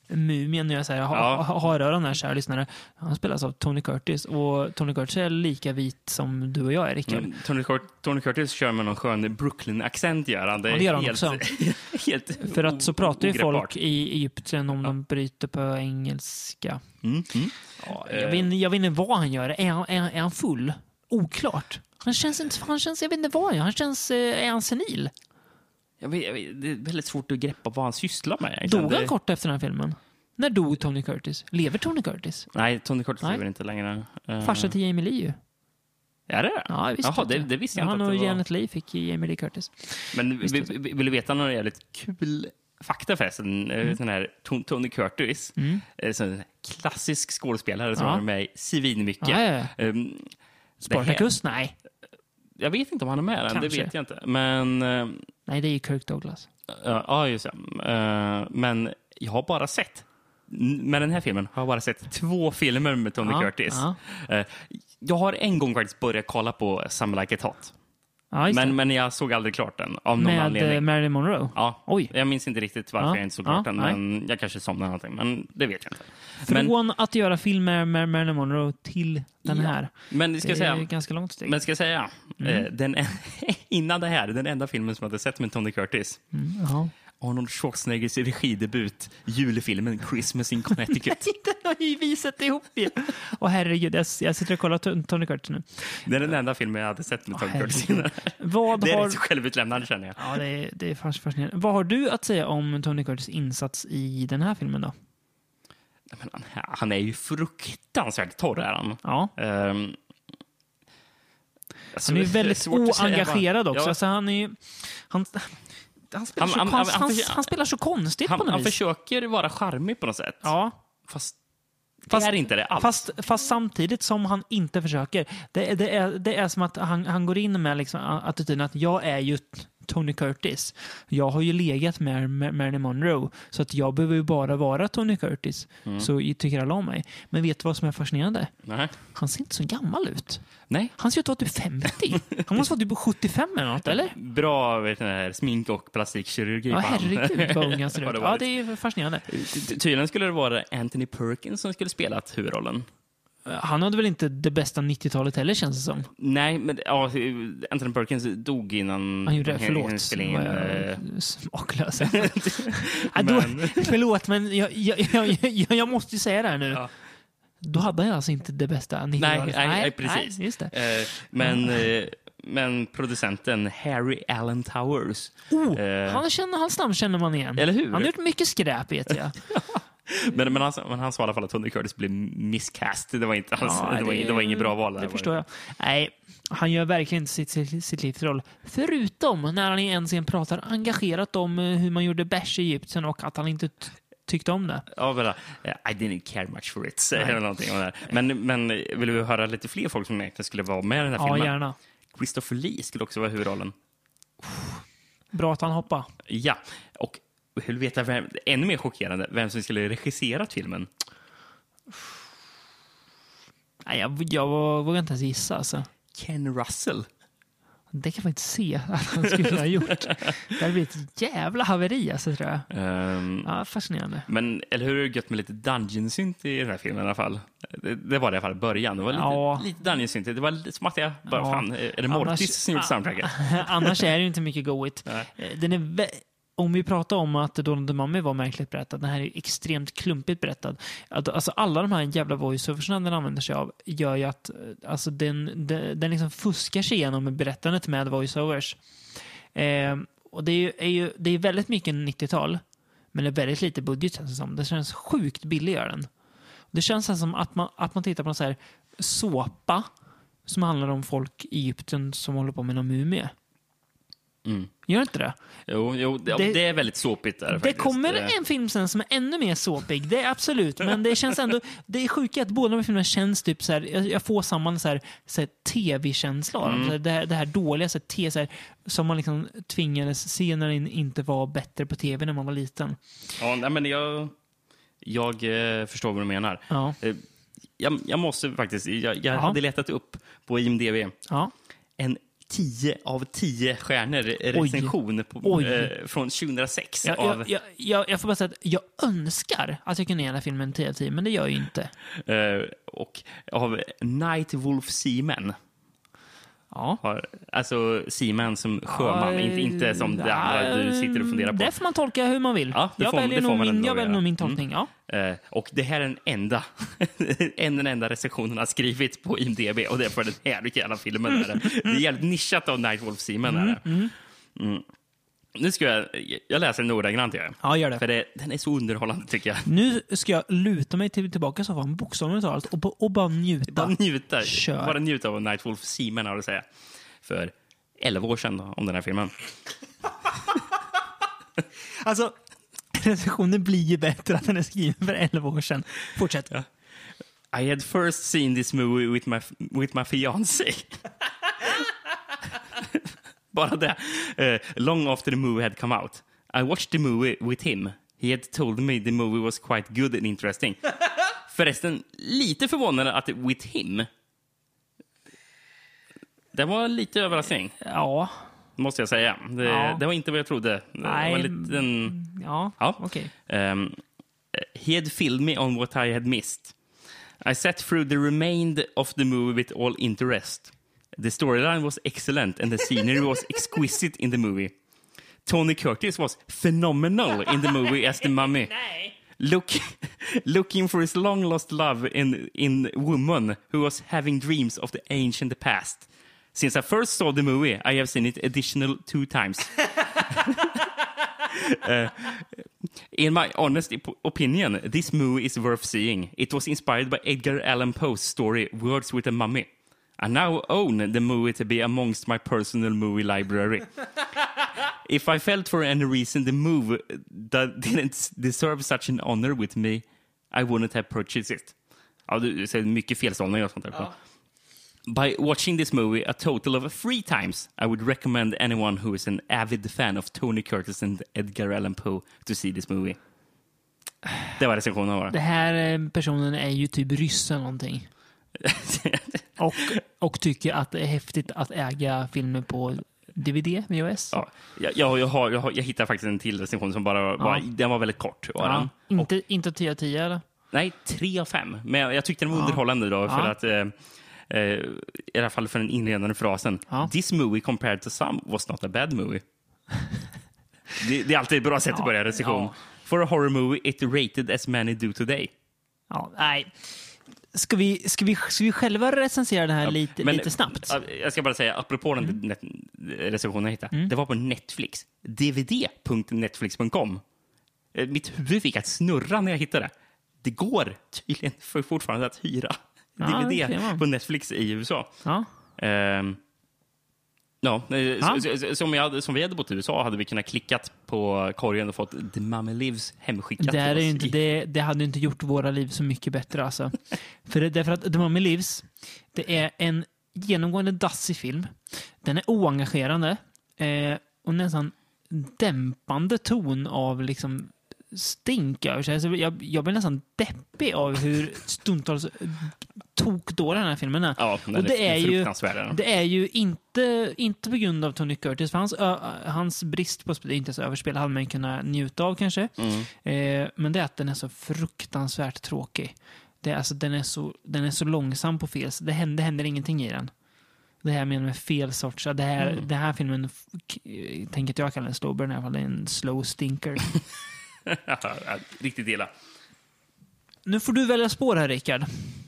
Speaker 1: Mumien, jag säger ha,
Speaker 2: Ja.
Speaker 1: ha, har öron här, kära lyssnare. Han spelas av Tony Curtis, och Tony Curtis är lika vit som du och jag är, Rickard.
Speaker 2: Men Tony, Curt- Tony Curtis kör med någon skön Brooklyn-accent, gör han. Det är
Speaker 1: Ja, det gör han
Speaker 2: helt,
Speaker 1: också.
Speaker 2: helt
Speaker 1: För att så pratar ju
Speaker 2: ogreppbart.
Speaker 1: folk i Egypten om de bryter på engelska.
Speaker 2: Mm, mm.
Speaker 1: Ja, jag, vet, inte- jag vet inte vad han gör. Är han, är, är han full? Oklart. Han känns inte, han känns, jag vet inte vad han gör. Han känns, eh, är han senil?
Speaker 2: Jag vet, jag vet, det är väldigt svårt att greppa vad han sysslar med. egentligen.
Speaker 1: Dog han
Speaker 2: Det-
Speaker 1: kort efter den här filmen? När dog Tony Curtis? Lever Tony Curtis?
Speaker 2: Nej, Tony Curtis
Speaker 1: Nej.
Speaker 2: lever inte längre. Uh,
Speaker 1: Farsa till Jamie Lee ju.
Speaker 2: Är det?
Speaker 1: Ja, jag visste
Speaker 2: Jaha,
Speaker 1: inte.
Speaker 2: det, det visste jag
Speaker 1: Han
Speaker 2: inte.
Speaker 1: och
Speaker 2: Att det var...
Speaker 1: Janet Leigh fick Jamie Lee Curtis.
Speaker 2: Men
Speaker 1: Visste
Speaker 2: vi, vi, vill du veta någon jävligt kul fakta förresten? Mm. Sån här Ton- Tony Curtis.
Speaker 1: Mm.
Speaker 2: Eh, sån här klassisk skådespelare som
Speaker 1: Ja.
Speaker 2: var med i svinmycket.
Speaker 1: Ja, ja, ja.
Speaker 2: Um,
Speaker 1: Spartacus? Nej.
Speaker 2: Jag vet inte om han är med den, det
Speaker 1: Kanske.
Speaker 2: vet jag inte. Men, uh,
Speaker 1: Nej, det är ju Kirk Douglas.
Speaker 2: ja, just det. Uh, men jag har bara sett, med den här filmen har jag bara sett två filmer med Tony
Speaker 1: Ja,
Speaker 2: Curtis.
Speaker 1: ja.
Speaker 2: Uh, jag har en gång faktiskt börjat kolla på Some Like It Hot.
Speaker 1: Ja, just
Speaker 2: Men,
Speaker 1: det.
Speaker 2: men jag såg aldrig klart den, av någon
Speaker 1: Med
Speaker 2: anledning.
Speaker 1: eh, Marilyn Monroe.
Speaker 2: Ja,
Speaker 1: Oj.
Speaker 2: jag minns inte riktigt varför
Speaker 1: Ja,
Speaker 2: jag inte såg
Speaker 1: ja,
Speaker 2: klart den,
Speaker 1: nej.
Speaker 2: men jag kanske somnade någonting, men det vet jag inte. Men,
Speaker 1: Från att göra filmer med Marilyn Monroe till den
Speaker 2: Ja.
Speaker 1: här.
Speaker 2: men ska
Speaker 1: Det
Speaker 2: jag säga,
Speaker 1: är ett ganska långt steg.
Speaker 2: men ska jag säga
Speaker 1: Mm.
Speaker 2: eh, den, innan det här, den enda filmen som jag hade sett med Tony Curtis,
Speaker 1: Mm, ja.
Speaker 2: Arnold Schwarzeneggers regidebut, julfilmen Christmas in Connecticut.
Speaker 1: Den har ju vi sett ihop ju. Och herregud, jag, jag sitter och kollar T- Tony Curtis nu.
Speaker 2: Det är den enda filmen jag hade sett med Tony
Speaker 1: Åh,
Speaker 2: Curtis
Speaker 1: herregud.
Speaker 2: innan.
Speaker 1: Vad
Speaker 2: Det är
Speaker 1: har...
Speaker 2: rätt så självutlämnande, känner jag.
Speaker 1: Ja, det är, det är fascinerande. Vad har du att säga om Tony Curtis insats i den här filmen då?
Speaker 2: Men han, han är ju fruktansvärt torr, är han.
Speaker 1: Ja.
Speaker 2: Um,
Speaker 1: Han är ju väldigt oengagerad också.
Speaker 2: Ja.
Speaker 1: Alltså, han är ju... Han, han, spelar
Speaker 2: Han-
Speaker 1: så,
Speaker 2: han-
Speaker 1: konst,
Speaker 2: han-
Speaker 1: han,
Speaker 2: han-
Speaker 1: han spelar så konstigt på
Speaker 2: Han,
Speaker 1: något
Speaker 2: han
Speaker 1: vis.
Speaker 2: försöker vara charmig på något sätt.
Speaker 1: Ja.
Speaker 2: Fast det
Speaker 1: Fast-
Speaker 2: är inte det alls.
Speaker 1: Fast, fast samtidigt som han inte försöker. Det, det, är, det är som att han, han går in med liksom attityden att jag är ju Tony Curtis. Jag har ju legat med Marilyn Monroe, så att jag behöver ju bara vara Tony Curtis.
Speaker 2: Mm.
Speaker 1: Så tycker alla om mig. Men vet du vad som är fascinerande?
Speaker 2: Nej.
Speaker 1: Han ser inte så gammal ut.
Speaker 2: Nej.
Speaker 1: Han ser ut att vara typ femtio. Han måste vara typ sjuttiofem eller något, eller?
Speaker 2: Bra vet du, här, smink och plastikkirurgi.
Speaker 1: Ja,
Speaker 2: på han.
Speaker 1: herregud vad ung han ser
Speaker 2: Har
Speaker 1: ut.
Speaker 2: det
Speaker 1: Ja,
Speaker 2: varit.
Speaker 1: det är fascinerande.
Speaker 2: Ty- Tydligen skulle det vara Anthony Perkins som skulle spelat huvudrollen.
Speaker 1: Han hade väl inte det bästa nittiotalet heller, känns det som.
Speaker 2: Nej, men ja, Anthony Perkins dog innan
Speaker 1: Han gjorde det,
Speaker 2: hen-
Speaker 1: förlåt.
Speaker 2: inspelningen.
Speaker 1: Var
Speaker 2: eh,
Speaker 1: jag smaklös. ja, då,
Speaker 2: Men-
Speaker 1: förlåt, men jag, jag, jag, jag, jag måste ju säga det här nu.
Speaker 2: Ja.
Speaker 1: Då hade jag alltså inte det bästa nittiotalet.
Speaker 2: Nej, nej, nej, precis.
Speaker 1: Nej, just det.
Speaker 2: Eh, men, eh, men producenten Harry Allen Towers.
Speaker 1: Oh,
Speaker 2: eh,
Speaker 1: han känner, hans namn känner man igen.
Speaker 2: Eller hur?
Speaker 1: Han har gjort mycket skräp, vet jag.
Speaker 2: men, men, han, men han sa i alla fall att Tony Curtis blev miscast. Det var, inte hans,
Speaker 1: Ja,
Speaker 2: det, var, det var inget bra val. Där,
Speaker 1: Det
Speaker 2: var
Speaker 1: förstår jag. Nej, han gör verkligen inte sitt, sitt, sitt livs roll. Förutom när han i en scen pratar engagerat om eh, hur man gjorde bärs i Egypten och att han inte t- tyckte om det.
Speaker 2: Ja, bara, I didn't care much for it, säger
Speaker 1: Nej.
Speaker 2: han någonting om det här. Men, men vill du höra lite fler folk som egentligen skulle vara med i den här
Speaker 1: Ja,
Speaker 2: filmen?
Speaker 1: gärna.
Speaker 2: Christopher Lee skulle också vara huvudrollen.
Speaker 1: Bra att han hoppar.
Speaker 2: Ja, och vill du veta vem, ännu mer chockerande, vem som skulle regisserat filmen?
Speaker 1: Nej, jag, jag vågar inte ens gissa. Alltså.
Speaker 2: Ken Russell.
Speaker 1: Det kan man inte se att han skulle ha gjort. Det hade blivit ett jävla haveri, alltså, tror jag.
Speaker 2: Um,
Speaker 1: Ja, fascinerande.
Speaker 2: Men eller hur är det gött med lite dungeon-synt i den här filmen i alla fall? Det, det var det i alla fall i början. Det var lite,
Speaker 1: Ja.
Speaker 2: lite dungeon-synt. Det var lite som att jag bara,
Speaker 1: Ja.
Speaker 2: fan, är det Mortis
Speaker 1: Annars-
Speaker 2: som gjort soundtracket?
Speaker 1: Annars är det ju inte mycket goigt.
Speaker 2: Nej.
Speaker 1: Den är vä- om vi pratar om att Donald the Mummy var märkligt berättad, den här är extremt klumpigt berättad. Att, alltså alla de här jävla voiceoversna den använder sig av gör ju att alltså den, den, den liksom fuskar sig igenom med berättandet med voiceovers. Eh, och det är ju, är ju det är väldigt mycket nittiotal, men det är väldigt lite budget, känns det som. Det känns sjukt billig, gör den. Det känns som att man, att man tittar på en så här såpa som handlar om folk i Egypten som håller på med någon mumie.
Speaker 2: Mm.
Speaker 1: Gör inte det?
Speaker 2: Jo, jo det,
Speaker 1: Det-
Speaker 2: det är väldigt såpigt där,
Speaker 1: Det
Speaker 2: faktiskt.
Speaker 1: kommer
Speaker 2: Eh,
Speaker 1: en film sen som är ännu mer såpig. Det är absolut, men det känns ändå... Det är sjukt att båda de här filmerna känns typ så här... Jag, jag får samma så här, så här tv-känsla av dem.
Speaker 2: Mm.
Speaker 1: Så här, det, här, det här dåliga så här, te, så här, som man liksom tvingades se när det inte var bättre på tv när man var liten.
Speaker 2: Ja, nej, men jag, jag eh, förstår vad du menar.
Speaker 1: Ja.
Speaker 2: Eh, jag, jag måste faktiskt... Jag, jag
Speaker 1: Ja.
Speaker 2: hade letat upp på I M D B
Speaker 1: Ja.
Speaker 2: en tio av tio stjärnor recension på, eh, från tjugohundrasex.
Speaker 1: Jag,
Speaker 2: av...
Speaker 1: jag, jag, jag får bara säga att jag önskar att jag kunde ge den här filmen tio av tio, men det gör jag ju inte.
Speaker 2: Uh, och av Nightwolf Seaman.
Speaker 1: Ja.
Speaker 2: Har, alltså Seaman som sjöman, ja, inte, inte som det andra du sitter och funderar på.
Speaker 1: Det får man tolka hur man vill.
Speaker 2: Ja,
Speaker 1: jag
Speaker 2: får,
Speaker 1: väljer nog min, jag väljer nog min tolkning. Mm. Ja.
Speaker 2: Uh, och det här är den enda en den enda recensionen har skrivit på I M D B, och det är för den här jävla filmen. Där. Det är jävligt nischat av Nightwolf Seaman. Mm, mm. Mm. Nu ska jag, jag läser en ordagrant.
Speaker 1: Ja, gör det.
Speaker 2: För det, den är så underhållande, tycker jag.
Speaker 1: Nu ska jag luta mig till, tillbaka i soffan, bokstavligt talat, och, och bara njuta.
Speaker 2: Bara njuta.
Speaker 1: Kör.
Speaker 2: Bara njuta av Nightwolf Seaman, har att säga. För elva år sedan då, om den här filmen.
Speaker 1: Alltså, recensionen blir ju bättre att den är skriven för elva år sedan. Fortsätt.
Speaker 2: Ja. I had first seen this movie with my, with my fiancé. Bara det. Uh, long after the movie had come out. I watched the movie with him. He had told me the movie was quite good and interesting. Förresten, lite förvånande att with him. Det var lite överraskning.
Speaker 1: Ja.
Speaker 2: Måste jag säga. Det, ja. det var inte vad jag trodde.
Speaker 1: Nej.
Speaker 2: Det var lite en...
Speaker 1: Ja, ja. okej.
Speaker 2: Okay. Um, he had filled me on what I had missed. I sat through the remainder of the movie with all interest. The storyline was excellent and the scenery was exquisite in the movie. Tony Curtis was phenomenal in the movie as the mummy. Look, looking for his long-lost love in, in woman who was having dreams of the ancient past. Since I first saw the movie, I have seen it additional two times. uh, in my honest opinion, this movie is worth seeing. It was inspired by Edgar Allan Poe's story, Words with a Mummy. I now own the movie to be amongst my personal movie library. If I felt for any reason the movie that didn't deserve such an honor with me, I wouldn't have purchased it. Ja, du säger mycket felställningar och sånt där. Ja. By watching this movie a total of three times, I would recommend anyone who is an avid fan of Tony Curtis and Edgar Allan Poe to see this movie. Det var recensionen var.
Speaker 1: Det här personen är ju typ ryss eller någonting. och, och tycker att det är häftigt att äga filmer på D V D med iOS.
Speaker 2: Ja, jag, jag, jag, har, jag, har, jag hittar faktiskt en till recension som bara ja. var, den var väldigt kort. Var
Speaker 1: ja.
Speaker 2: den.
Speaker 1: Inte, inte tio av tio eller?
Speaker 2: Nej, tre av fem. Men jag, jag tyckte den var ja. underhållande då, för ja. att eh, eh, i alla fall för den inledande frasen. Ja. This movie compared to some was not a bad movie. det, det är alltid ett bra sätt ja. att börja recension. Ja. For a horror movie, it rated as many do today.
Speaker 1: Ja, nej. Ska vi, ska, vi, ska vi själva recensera det här ja, lite, men, lite snabbt?
Speaker 2: Jag ska bara säga, apropå den mm. recensionen jag hittade. Mm. Det var på Netflix. d v d punkt netflix punkt com. Mitt huvud fick att snurra när jag hittade det. Det går tydligen för fortfarande att hyra ja, D V D på Netflix i U S A. Ja. Um, ja, ja. Som, jag, som vi hade bott i U S A hade vi kunnat klickat på korgen och fått The Mummy Lives hemskickat.
Speaker 1: Det, är inte, det, det hade inte gjort våra liv så mycket bättre. Alltså. för det, därför att The Mummy Lives, det är en genomgående dassig film. Den är oengagerande eh, och nästan dämpande ton av liksom stink över sig. Alltså jag, jag blir nästan deppig av hur stundtals tok då den här filmen är.
Speaker 2: Ja,
Speaker 1: och det är, ju, det är ju inte, inte på grund av Tony Curtis, för hans, ö, hans brist på spel, inte så överspel, hade man kunnat njuta av kanske. Mm. Eh, men det är att den är så fruktansvärt tråkig. Det är, alltså, den, är så, den är så långsam på fel, det händer, det händer ingenting i den. Det här menar med fel sorts. Det här, mm. det här filmen tänker att jag kallar en slow burn, i alla fall. Det är en slow stinker.
Speaker 2: Riktigt illa.
Speaker 1: Nu får du välja spår här, Rickard.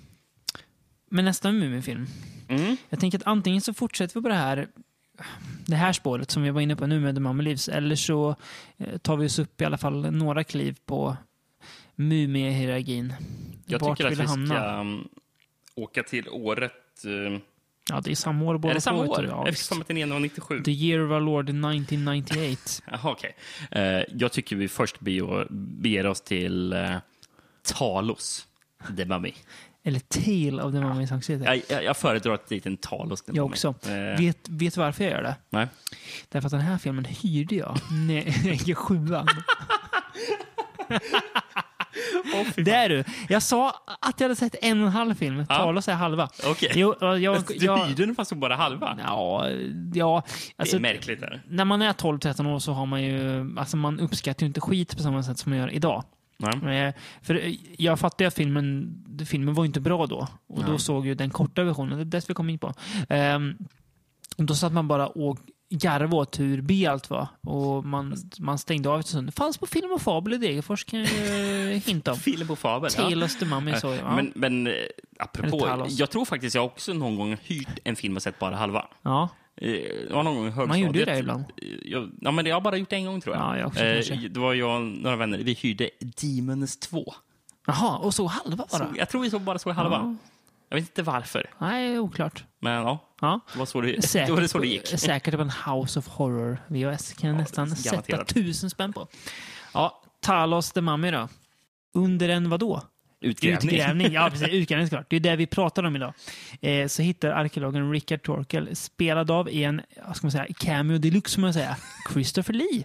Speaker 1: Med nästa Mumin-film. Mm. Jag tänker att antingen så fortsätter vi på det här det här spåret som vi var inne på nu med The Mummy Lives, eller så tar vi oss upp i alla fall några kliv på Mumie-hierarkin.
Speaker 2: Jag Vart tycker att vi hamna? ska um, åka till året... Uh...
Speaker 1: Ja, det är samma år. Båda
Speaker 2: är det samma år?
Speaker 1: Ja,
Speaker 2: jag fick samma till nittiosju.
Speaker 1: The Year of Our Lord nineteen ninety-eight.
Speaker 2: Jaha, okej. Okay. Uh, jag tycker vi först beger oss till uh, Talos, The Mummy.
Speaker 1: Eller Tale of the Mummy.
Speaker 2: Jag, jag, jag föredrar att det är en Talos.
Speaker 1: Jag också. Uh, vet, vet du varför jag gör det?
Speaker 2: Nej.
Speaker 1: Därför att den här filmen hyrde jag när jag gick sjuan.
Speaker 2: Oh,
Speaker 1: det är du. Jag sa att jag hade sett en och en halv film.
Speaker 2: Ja.
Speaker 1: Tala sig halva.
Speaker 2: Okej.
Speaker 1: Jo, jag, jag,
Speaker 2: Du
Speaker 1: jag,
Speaker 2: hyrde den fast bara halva.
Speaker 1: ja, ja. Alltså,
Speaker 2: det är märkligt. Där.
Speaker 1: när man är tolv tretton år så har man ju... Alltså man uppskattar ju inte skit på samma sätt som man gör idag.
Speaker 2: Nej.
Speaker 1: För jag fattar ju att filmen, filmen var inte bra då. Och
Speaker 2: Nej.
Speaker 1: då såg ju den korta versionen. Det är det vi kom in på. Um, då satt man bara och garva åt hur B allt var. Och man, man stängde av ett stund. Det fanns på Film och Fabel i Degerfors, kan jag hinta om.
Speaker 2: Film och Fabel,
Speaker 1: Tales the Mummy, så ja.
Speaker 2: Men, men apropå, jag tror faktiskt jag också någon gång hyrt en film och sett bara halva.
Speaker 1: Ja.
Speaker 2: Jag har någon gång hört
Speaker 1: Man gjorde ju det ibland.
Speaker 2: Jag, ja, men det har jag bara gjort en gång, tror jag.
Speaker 1: Ja, jag också,
Speaker 2: eh, det var jag och några vänner. Vi hyrde Demons två.
Speaker 1: Jaha, och så halva bara?
Speaker 2: Så, jag tror vi så bara såg halva.
Speaker 1: Ja.
Speaker 2: Jag vet inte varför.
Speaker 1: Nej, oklart.
Speaker 2: Men ja,
Speaker 1: Ja.
Speaker 2: det var så det,
Speaker 1: Säkert,
Speaker 2: det, var det, så det gick.
Speaker 1: Säkert på en House of Horror V H S. Kan jag
Speaker 2: Ja,
Speaker 1: nästan
Speaker 2: garanterat.
Speaker 1: sätta tusen spänn på. Ja, Talos the Mummy då. Under en vadå?
Speaker 2: Utgrävning.
Speaker 1: Utgrävning, ja precis. Utgrävning, klart. Det är det vi pratar om idag. Eh, så hittar arkeologen Richard Torkel, spelad av en, vad ska man säga, cameo deluxe, som man säga, Christopher Lee.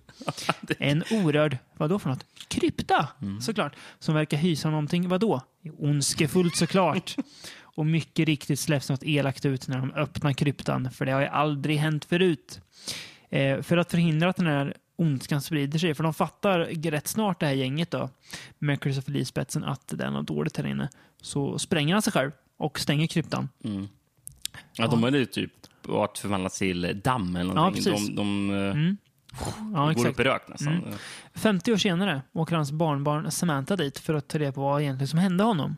Speaker 1: En orörd, vadå för något? Krypta, mm. såklart. Som verkar hysa någonting, vadå? Ondskefullt, såklart. Och mycket riktigt släpps något elakt ut när de öppnar kryptan. För det har ju aldrig hänt förut. Eh, för att förhindra att den här ondskan sprider sig. För de fattar rätt snart, det här gänget då, med Christopher Lee spetsen, att den har dåligt här inne. Så spränger han sig själv och stänger kryptan.
Speaker 2: Mm. Ja, de har ju typ varit förvandlat till damm eller någonting.
Speaker 1: Ja, precis.
Speaker 2: De, de
Speaker 1: Mm. Ja,
Speaker 2: går
Speaker 1: exakt.
Speaker 2: upp i rök nästan.
Speaker 1: Mm. femtio år senare åker hans barnbarn Samantha dit för att ta reda på vad egentligen som hände honom.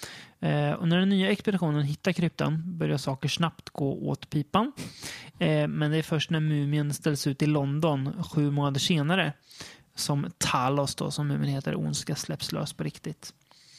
Speaker 1: Eh, och när den nya expeditionen hittar kryptan börjar saker snabbt gå åt pipan. Eh, men det är först när mumien ställs ut i London sju månader senare som Talos, då, som mumien heter, ondska släpps lös på riktigt.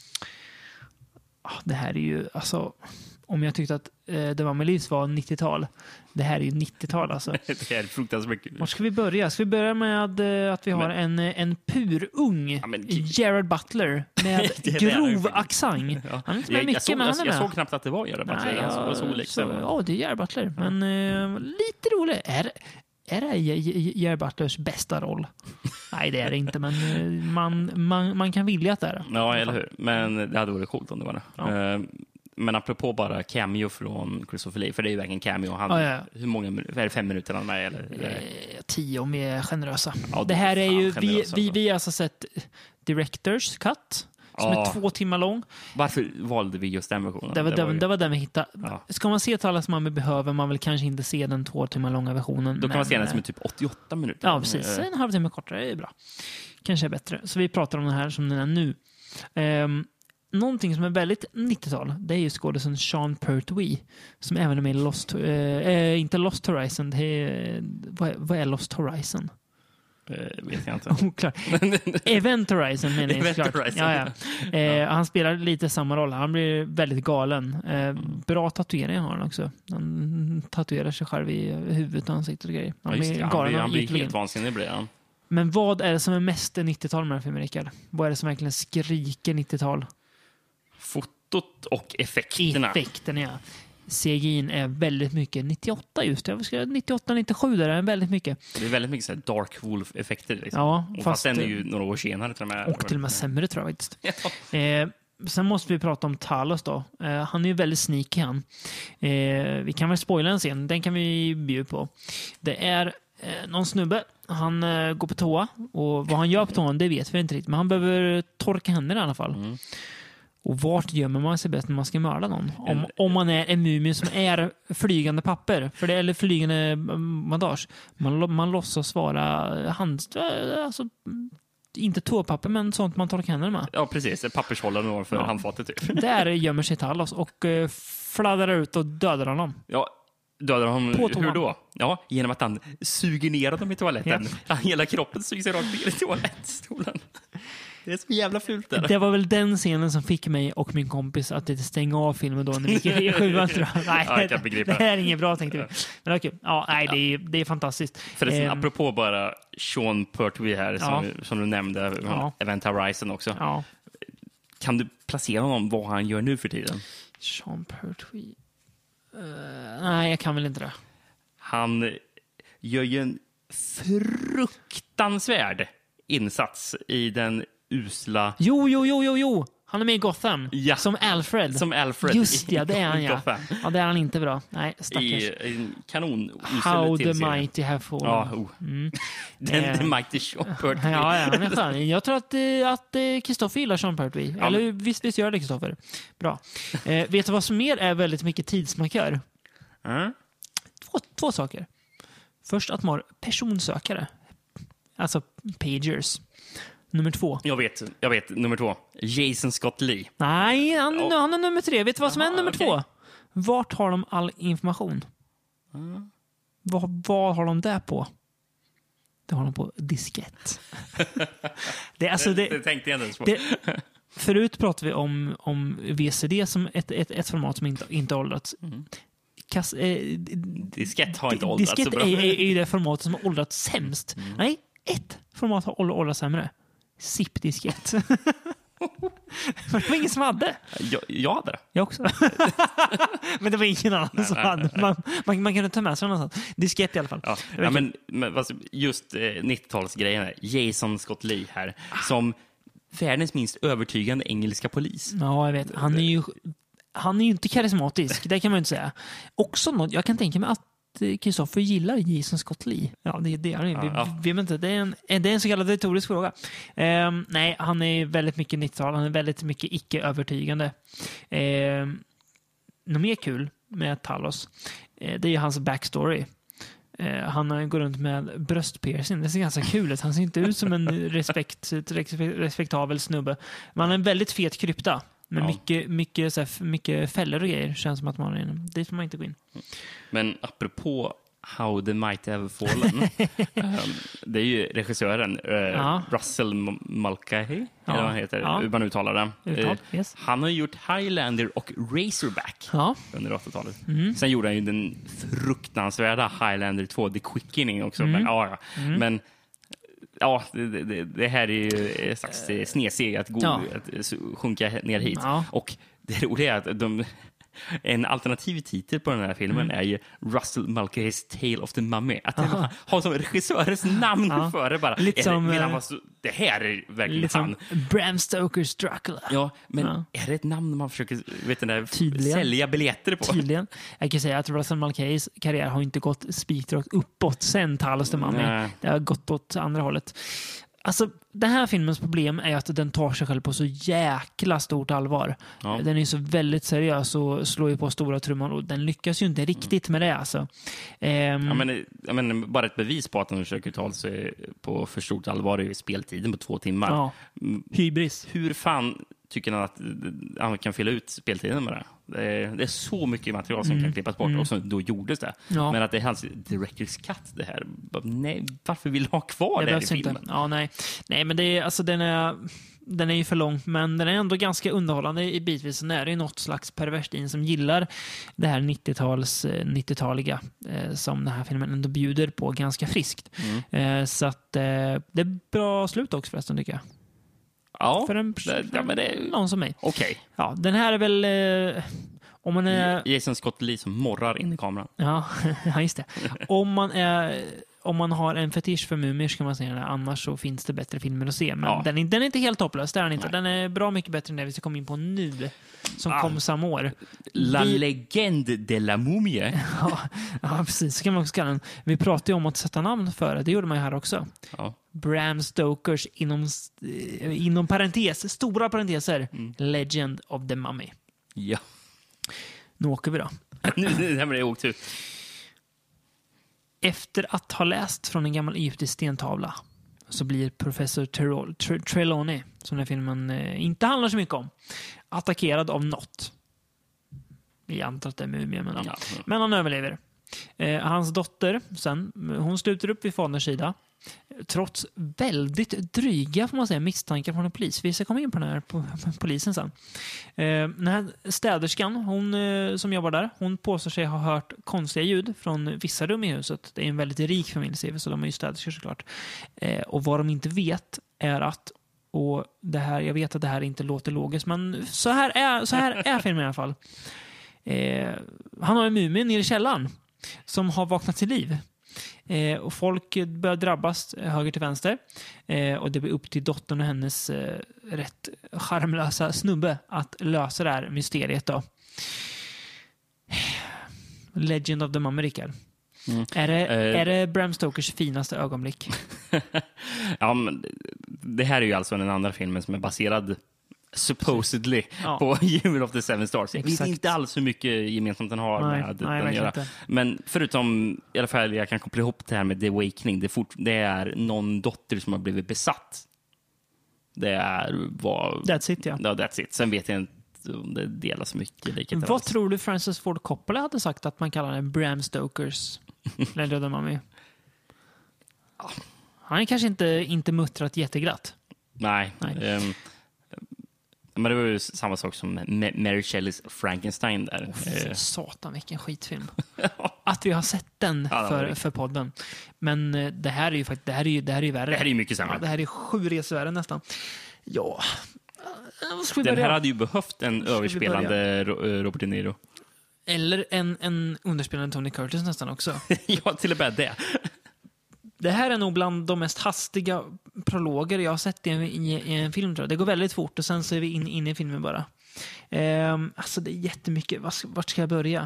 Speaker 1: Ah, det här är ju, alltså, om jag tyckte att eh, det var med livs var nittiotal, det här är ju nittiotal alltså.
Speaker 2: Det är fruktansvärt.
Speaker 1: Var ska vi börja? Ska vi börja med eh, att vi har
Speaker 2: men,
Speaker 1: en, en purung
Speaker 2: ja, men,
Speaker 1: Gerard Butler med grov accent.
Speaker 2: Ja.
Speaker 1: Han är inte med
Speaker 2: jag,
Speaker 1: mycket,
Speaker 2: jag, såg,
Speaker 1: men
Speaker 2: jag,
Speaker 1: han är
Speaker 2: jag
Speaker 1: med.
Speaker 2: såg knappt att det var Gerard Butler.
Speaker 1: Nej,
Speaker 2: Han
Speaker 1: ja,
Speaker 2: såg så olik.
Speaker 1: så, ja, det är Gerard Butler.
Speaker 2: Ja.
Speaker 1: Men eh, lite roligt. Är, är det Gerard Butlers bästa roll? Nej, det är det inte. Men eh, man, man, man kan vilja att det är det.
Speaker 2: Ja, eller hur. Men det hade varit coolt om det var det.
Speaker 1: Ja.
Speaker 2: Uh, Men apropå bara cameo från Christopher Lee, för det är ju verkligen cameo. Han,
Speaker 1: ja, ja.
Speaker 2: Hur många är det, fem minuter han med? Eller, eller?
Speaker 1: Eh, tio om vi är generösa.
Speaker 2: Ja,
Speaker 1: det här är ju, vi,
Speaker 2: generösa,
Speaker 1: vi, vi har alltså sett Directors Cut, som
Speaker 2: ja.
Speaker 1: är två timmar lång.
Speaker 2: Varför valde vi just den versionen?
Speaker 1: Det var, det var,
Speaker 2: ju...
Speaker 1: det var den vi hittade.
Speaker 2: Ja.
Speaker 1: Ska man se Talas Mummy behöver man väl kanske inte se den två timmar långa versionen.
Speaker 2: Då kan
Speaker 1: men,
Speaker 2: man se den som är typ åttioåtta minuter.
Speaker 1: Ja, precis. En halvtimme kortare är bra. Kanske är bättre. Så vi pratar om den här som den är nu. Um, Någonting som är väldigt nittiotal, det är ju skådespelaren Sean Pertwee, som även är med i Lost, äh, inte Lost Horizon, det är, vad, är, vad är Lost Horizon?
Speaker 2: Eh, vet jag inte.
Speaker 1: Oklart. Event Horizon menar jag
Speaker 2: Event
Speaker 1: såklart.
Speaker 2: Horizon.
Speaker 1: Ja, ja. Eh, ja. Han spelar lite samma roll. Han blir väldigt galen. Eh, bra tatueringar har han också. Han tatuerar sig själv i huvudet och ansiktet och grejer. Han
Speaker 2: Ja,
Speaker 1: blir
Speaker 2: det. Han
Speaker 1: galen.
Speaker 2: blir, han blir
Speaker 1: han
Speaker 2: helt vansinnig, blir han.
Speaker 1: Men vad är det som är mest nittiotal med den här filmen, Rickard? Vad är det som verkligen skriker nittiotal?
Speaker 2: Fotot och effekterna.
Speaker 1: Effekterna, ja. C G I är väldigt mycket. nittioåtta just det. Jag ska nittioåtta nittiosju där är väldigt mycket.
Speaker 2: Det är väldigt mycket så här Dark Wolf-effekter. Liksom.
Speaker 1: Ja,
Speaker 2: och fast,
Speaker 1: fast
Speaker 2: den är ju några år senare. Till och med.
Speaker 1: Och till och med sämre, tror jag faktiskt.
Speaker 2: Ja.
Speaker 1: Eh, sen måste vi prata om Talos då. Eh, han är ju väldigt sneaky han. Eh, vi kan väl spoila en scen. Den kan vi bjuda på. Det är eh, någon snubbe. Han eh, går på toa. Och vad han gör på toan, det vet vi inte riktigt. Men han behöver torka händerna i alla fall. Mm. Och vart gömmer man sig bäst när man ska mörda någon? Om, om man är en mumie som är flygande papper. För det, eller flygande bandage. Man, man låtsas vara hand, alltså, inte toapapper, men sånt man torkar händerna med.
Speaker 2: Ja, precis. Pappershållaren för ja. handfatet typ.
Speaker 1: Där gömmer sig Talos och uh, fladdrar ut och dödar honom.
Speaker 2: Ja, dödar honom hur då? Ja, genom att han suger ner dem i toaletten. Ja. Hela kroppen suger sig rakt ner i toalettstolen. Det är så jävla fult där.
Speaker 1: Det var väl den scenen som fick mig och min kompis att inte stänga av filmen då när vi gick i sjuan, tror jag. Nej,
Speaker 2: ja, jag kan begripa.
Speaker 1: Det här är inget bra, tänkte vi. Men okej, ja, nej, det är, det är fantastiskt.
Speaker 2: Förresten,
Speaker 1: eh,
Speaker 2: apropå bara Sean Pertwee här, som,
Speaker 1: ja.
Speaker 2: som du nämnde,
Speaker 1: ja.
Speaker 2: Event Horizon också.
Speaker 1: Ja.
Speaker 2: Kan du placera honom vad han gör nu för tiden?
Speaker 1: Sean Pertwee? Uh, nej, jag kan väl inte det.
Speaker 2: Han gör ju en fruktansvärd insats i den usla...
Speaker 1: Jo, jo, jo, jo, jo. Han är med i Gotham.
Speaker 2: Ja.
Speaker 1: Som Alfred.
Speaker 2: Som Alfred.
Speaker 1: Just ja, det är han, ja. Ja, det är han inte bra. Nej, stackars.
Speaker 2: I en kanon
Speaker 1: How the mighty have fallen.
Speaker 2: Ja, oh. mm. Den,
Speaker 1: eh.
Speaker 2: the mighty Sean Pertwee.
Speaker 1: Ja, ja, han är skön. Jag tror att, att Kristoffer gillar Sean Pertwee. Ja. Eller visst, visst gör det, Kristoffer. Bra. Eh, vet du vad som mer är väldigt mycket tidsmarkör?
Speaker 2: Mm.
Speaker 1: Två, två saker. Först att man har personsökare. Alltså pagers. Nummer två.
Speaker 2: Jag vet, jag vet. Nummer två. Jason Scott Lee.
Speaker 1: Nej, han,
Speaker 2: oh.
Speaker 1: han är nummer tre. Vet du vad som
Speaker 2: Aha,
Speaker 1: är nummer
Speaker 2: okay.
Speaker 1: två? Vart har de all information?
Speaker 2: Mm.
Speaker 1: Vad, vad har de där på? Det har de på diskett. det, alltså, det,
Speaker 2: det tänkte jag inte på.
Speaker 1: Det, förut pratade vi om, om V C D som ett, ett, ett format som inte, inte åldrats. Mm. Kass, eh,
Speaker 2: diskett har inte åldrats
Speaker 1: diskett
Speaker 2: så bra.
Speaker 1: Är, är, är ju det formatet som har åldrats sämst. Mm. Nej, ett format har åldrats sämre. Zip-diskett. Det var ingen som hade.
Speaker 2: Jag, jag hade det.
Speaker 1: Jag också. Men det var ingen annan nej, som nej, hade. Nej. Man, man, man kunde ta med sig någonstans. Diskett i alla fall.
Speaker 2: Ja. Ja, men, men just eh, nittiotalsgrejen. Jason Scott Lee här. Som världens minst övertygande engelska polis.
Speaker 1: Ja, jag vet. Han är ju, han är ju inte karismatisk. Det kan man ju inte säga. Också något, jag kan tänka mig att Kristoffer gillar Jason Scott Lee. Ja, det, det är det. Vi, ja. vi, vi, inte. Det, är en, det är en så kallad retorisk fråga. Um, nej, han är väldigt mycket nittiotal. Han är väldigt mycket icke-övertygande. Um, något mer kul med Talos, det är ju hans backstory. Uh, han går runt med bröstpiercing. Det ser ganska kul ut. Han ser inte ut som en respekt, respektabel snubbe. Men han är en väldigt fet krypta. Men ja. mycket, mycket, så här, mycket fällor och grejer känns som att man är inne. Det får man inte gå in.
Speaker 2: Men apropå How the Mighty Have Fallen. um, det är ju regissören uh, ja. Russell Mulcahy, ja. eller vad han heter, ja. hur man uttalar det.
Speaker 1: Uttal, uh, yes.
Speaker 2: Han har gjort Highlander och Razorback
Speaker 1: ja.
Speaker 2: under åttiotalet. Mm. Sen gjorde han ju den fruktansvärda Highlander två, The Quickening också. Mm. Men, ja, mm. men ja, det, det, det här är ju ett slags snedsteg att, gå, ja. att sjunka ner hit. Ja. Och det roliga är att de, en alternativ titel på den här filmen mm. är ju Russell Mulcahy's Tale of the Mummy. Att han har som regissörens namn ja. före bara.
Speaker 1: Lite som,
Speaker 2: det, han så, det här är verkligen han.
Speaker 1: Bram Stokers Dracula.
Speaker 2: Ja, men ja. är det ett namn man försöker vet den där, sälja biljetter på?
Speaker 1: Tydligen. Jag kan säga att Russell Mulcahys karriär har inte gått spikrakt uppåt sen Tale of the Mummy. Nej. Det har gått åt andra hållet. Alltså, den här filmens problem är att den tar sig själv på så jäkla stort allvar. Ja. Den är så väldigt seriös och slår ju på stora trumman och den lyckas ju inte riktigt med det. Alltså. Ehm.
Speaker 2: Ja, men, jag menar, bara ett bevis på att den försöker ta sig på för stort allvar är ju speltiden på två timmar.
Speaker 1: Ja. Hybris.
Speaker 2: Hur fan tycker han att han kan fylla ut speltiden med det? Det är, det är så mycket material som mm. kan klippas bort mm. och som då gjordes det. Ja. Men att det är hans director's cut det här. Nej, varför vill du ha kvar det, det i filmen?
Speaker 1: Inte. Ja, nej. Nej, men det är, alltså, den, är, den är ju för lång, men den är ändå ganska underhållande i bitvis. När det är något slags perversin som gillar det här nittio-tals, nittio-taliga eh, som den här filmen ändå bjuder på ganska friskt. Mm. Eh, så att eh, det är bra slut också förresten, tycker jag.
Speaker 2: Ja,
Speaker 1: för en,
Speaker 2: det, ja, men det är
Speaker 1: någon som mig.
Speaker 2: Okej. Okay.
Speaker 1: Ja, den här är väl eh, om man är
Speaker 2: Jason Scott Lee som morrar in i kameran.
Speaker 1: Ja, just det. Om man är om man har en fetisch för mumier kan man säga det. Annars så finns det bättre filmer att se. Men ja. den, är, den är inte helt hopplös. Den är, inte. den är bra mycket bättre än det vi ska komma in på nu. Som ah. kom samma år.
Speaker 2: La
Speaker 1: vi...
Speaker 2: Legende de la Mumie.
Speaker 1: ja, ja, precis. Så kan man också kalla den. Vi pratade ju om att sätta namn för det. Det gjorde man ju här också. Ja. Bram Stokers inom, inom parentes, stora parenteser. Mm. Legend of the Mummy.
Speaker 2: Ja.
Speaker 1: Nu åker vi då.
Speaker 2: nu nu har jag åkt ut.
Speaker 1: Efter att ha läst från en gammal egyptisk stentavla så blir professor Terol, Tre, Trelawney, som den här filmen eh, inte handlar så mycket om, attackerad av något. Vi antar att det är mumien, men, ja. men han överlever. Eh, hans dotter sen, hon sluter upp vid faderns sida. Trots väldigt dryga får man säga, misstankar från en polis. Vi ska komma in på den här på, på polisen sen. Eh, den här städerskan, hon eh, som jobbar där, hon påstår sig ha hört konstiga ljud från vissa rum i huset. Det är en väldigt rik familj, så de är ju städerskor såklart. Eh, och vad de inte vet är att, och det här, jag vet att det här inte låter logiskt, men så här är, så här är filmen i alla fall. Eh, han har en mumie nere i källaren som har vaknat till liv. Eh, och folk börjar drabbas höger till vänster. Eh, och det blir upp till dottern och hennes eh, rätt charmlösa snubbe att lösa det här mysteriet då. Legend of the Mummy, Rickard. Mm. Är, det, uh, är det Bram Stokers finaste ögonblick?
Speaker 2: Ja, men det här är ju alltså den andra filmen som är baserad supposedly ja. på Year of the Seven Stars. Jag vet inte alls hur mycket gemensamt den har
Speaker 1: nej,
Speaker 2: med
Speaker 1: nej,
Speaker 2: den göra.
Speaker 1: Inte.
Speaker 2: Men förutom, i alla fall jag kan koppla ihop det här med The Awakening. Det, fort, det är någon dotter som har blivit besatt. Det är vad...
Speaker 1: That's it, ja.
Speaker 2: Ja, that's it. Sen vet jag inte om det delas mycket.
Speaker 1: Vad alls. Tror du Francis Ford Coppola hade sagt att man kallar den Bram Stokers Legend of the Mummy? Han är kanske inte, inte muttrat jätteglatt.
Speaker 2: Nej. Nej. Um, men det var ju samma sak som Mary Shelleys Frankenstein där.
Speaker 1: Oh, satan, vilken skitfilm. Att vi har sett den ja, för, för podden. Men det här är ju faktiskt det här är ju, det här är ju värre.
Speaker 2: Det här är ju mycket sämre.
Speaker 1: Ja, det här är sju resor värre nästan. Ja.
Speaker 2: Den här hade ju behövt en överspelande Robert De Niro.
Speaker 1: Eller en, en underspelande Tony Curtis nästan också.
Speaker 2: Ja, till och med det.
Speaker 1: Det här är nog bland de mest hastiga prologer jag har sett i en, i, i en film, tror jag. Det går väldigt fort och sen så är vi in, in i filmen bara. Ehm, alltså det är jättemycket. Vart ska, vart ska jag börja?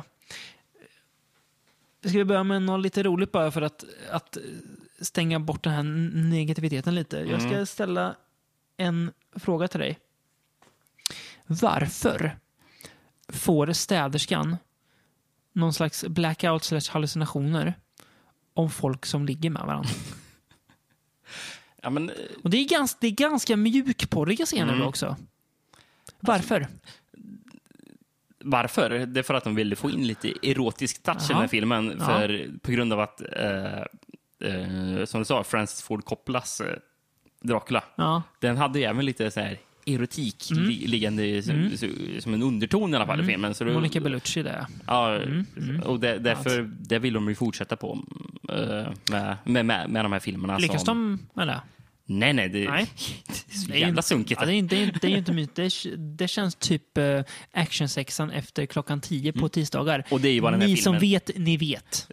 Speaker 1: Ska vi börja med något lite roligt bara för att, att stänga bort den här negativiteten lite. Mm. Jag ska ställa en fråga till dig. Varför får städerskan någon slags blackout slash hallucinationer om folk som ligger med varandra?
Speaker 2: Ja, men...
Speaker 1: Och det är ganska, det är ganska mjukporriga scener mm. också. Varför? Alltså,
Speaker 2: varför? Det är för att de ville få in lite erotisk touch i den här filmen. För, ja. På grund av att, eh, eh, som du sa, Francis Ford Coppolas eh, Dracula. Ja. Den hade ju även lite så här erotik mm. li- liggande mm. som, som en underton i alla fall mm. i filmen. Så
Speaker 1: Monica Bellucci där.
Speaker 2: Ja, mm. Mm. och det, därför ja. det vill de ju fortsätta på uh, med, med, med, med de här filmerna.
Speaker 1: Lyckas
Speaker 2: som...
Speaker 1: de med det?
Speaker 2: Nej, nej, det,
Speaker 1: nej.
Speaker 2: det är så jävla sunkigt.
Speaker 1: Ja, det, är, det, är, det är ju inte mycket. Det, det känns typ uh, actionsexan efter klockan tio på mm. tisdagar.
Speaker 2: Och det är ju vad den här
Speaker 1: ni
Speaker 2: filmen...
Speaker 1: som vet, ni vet.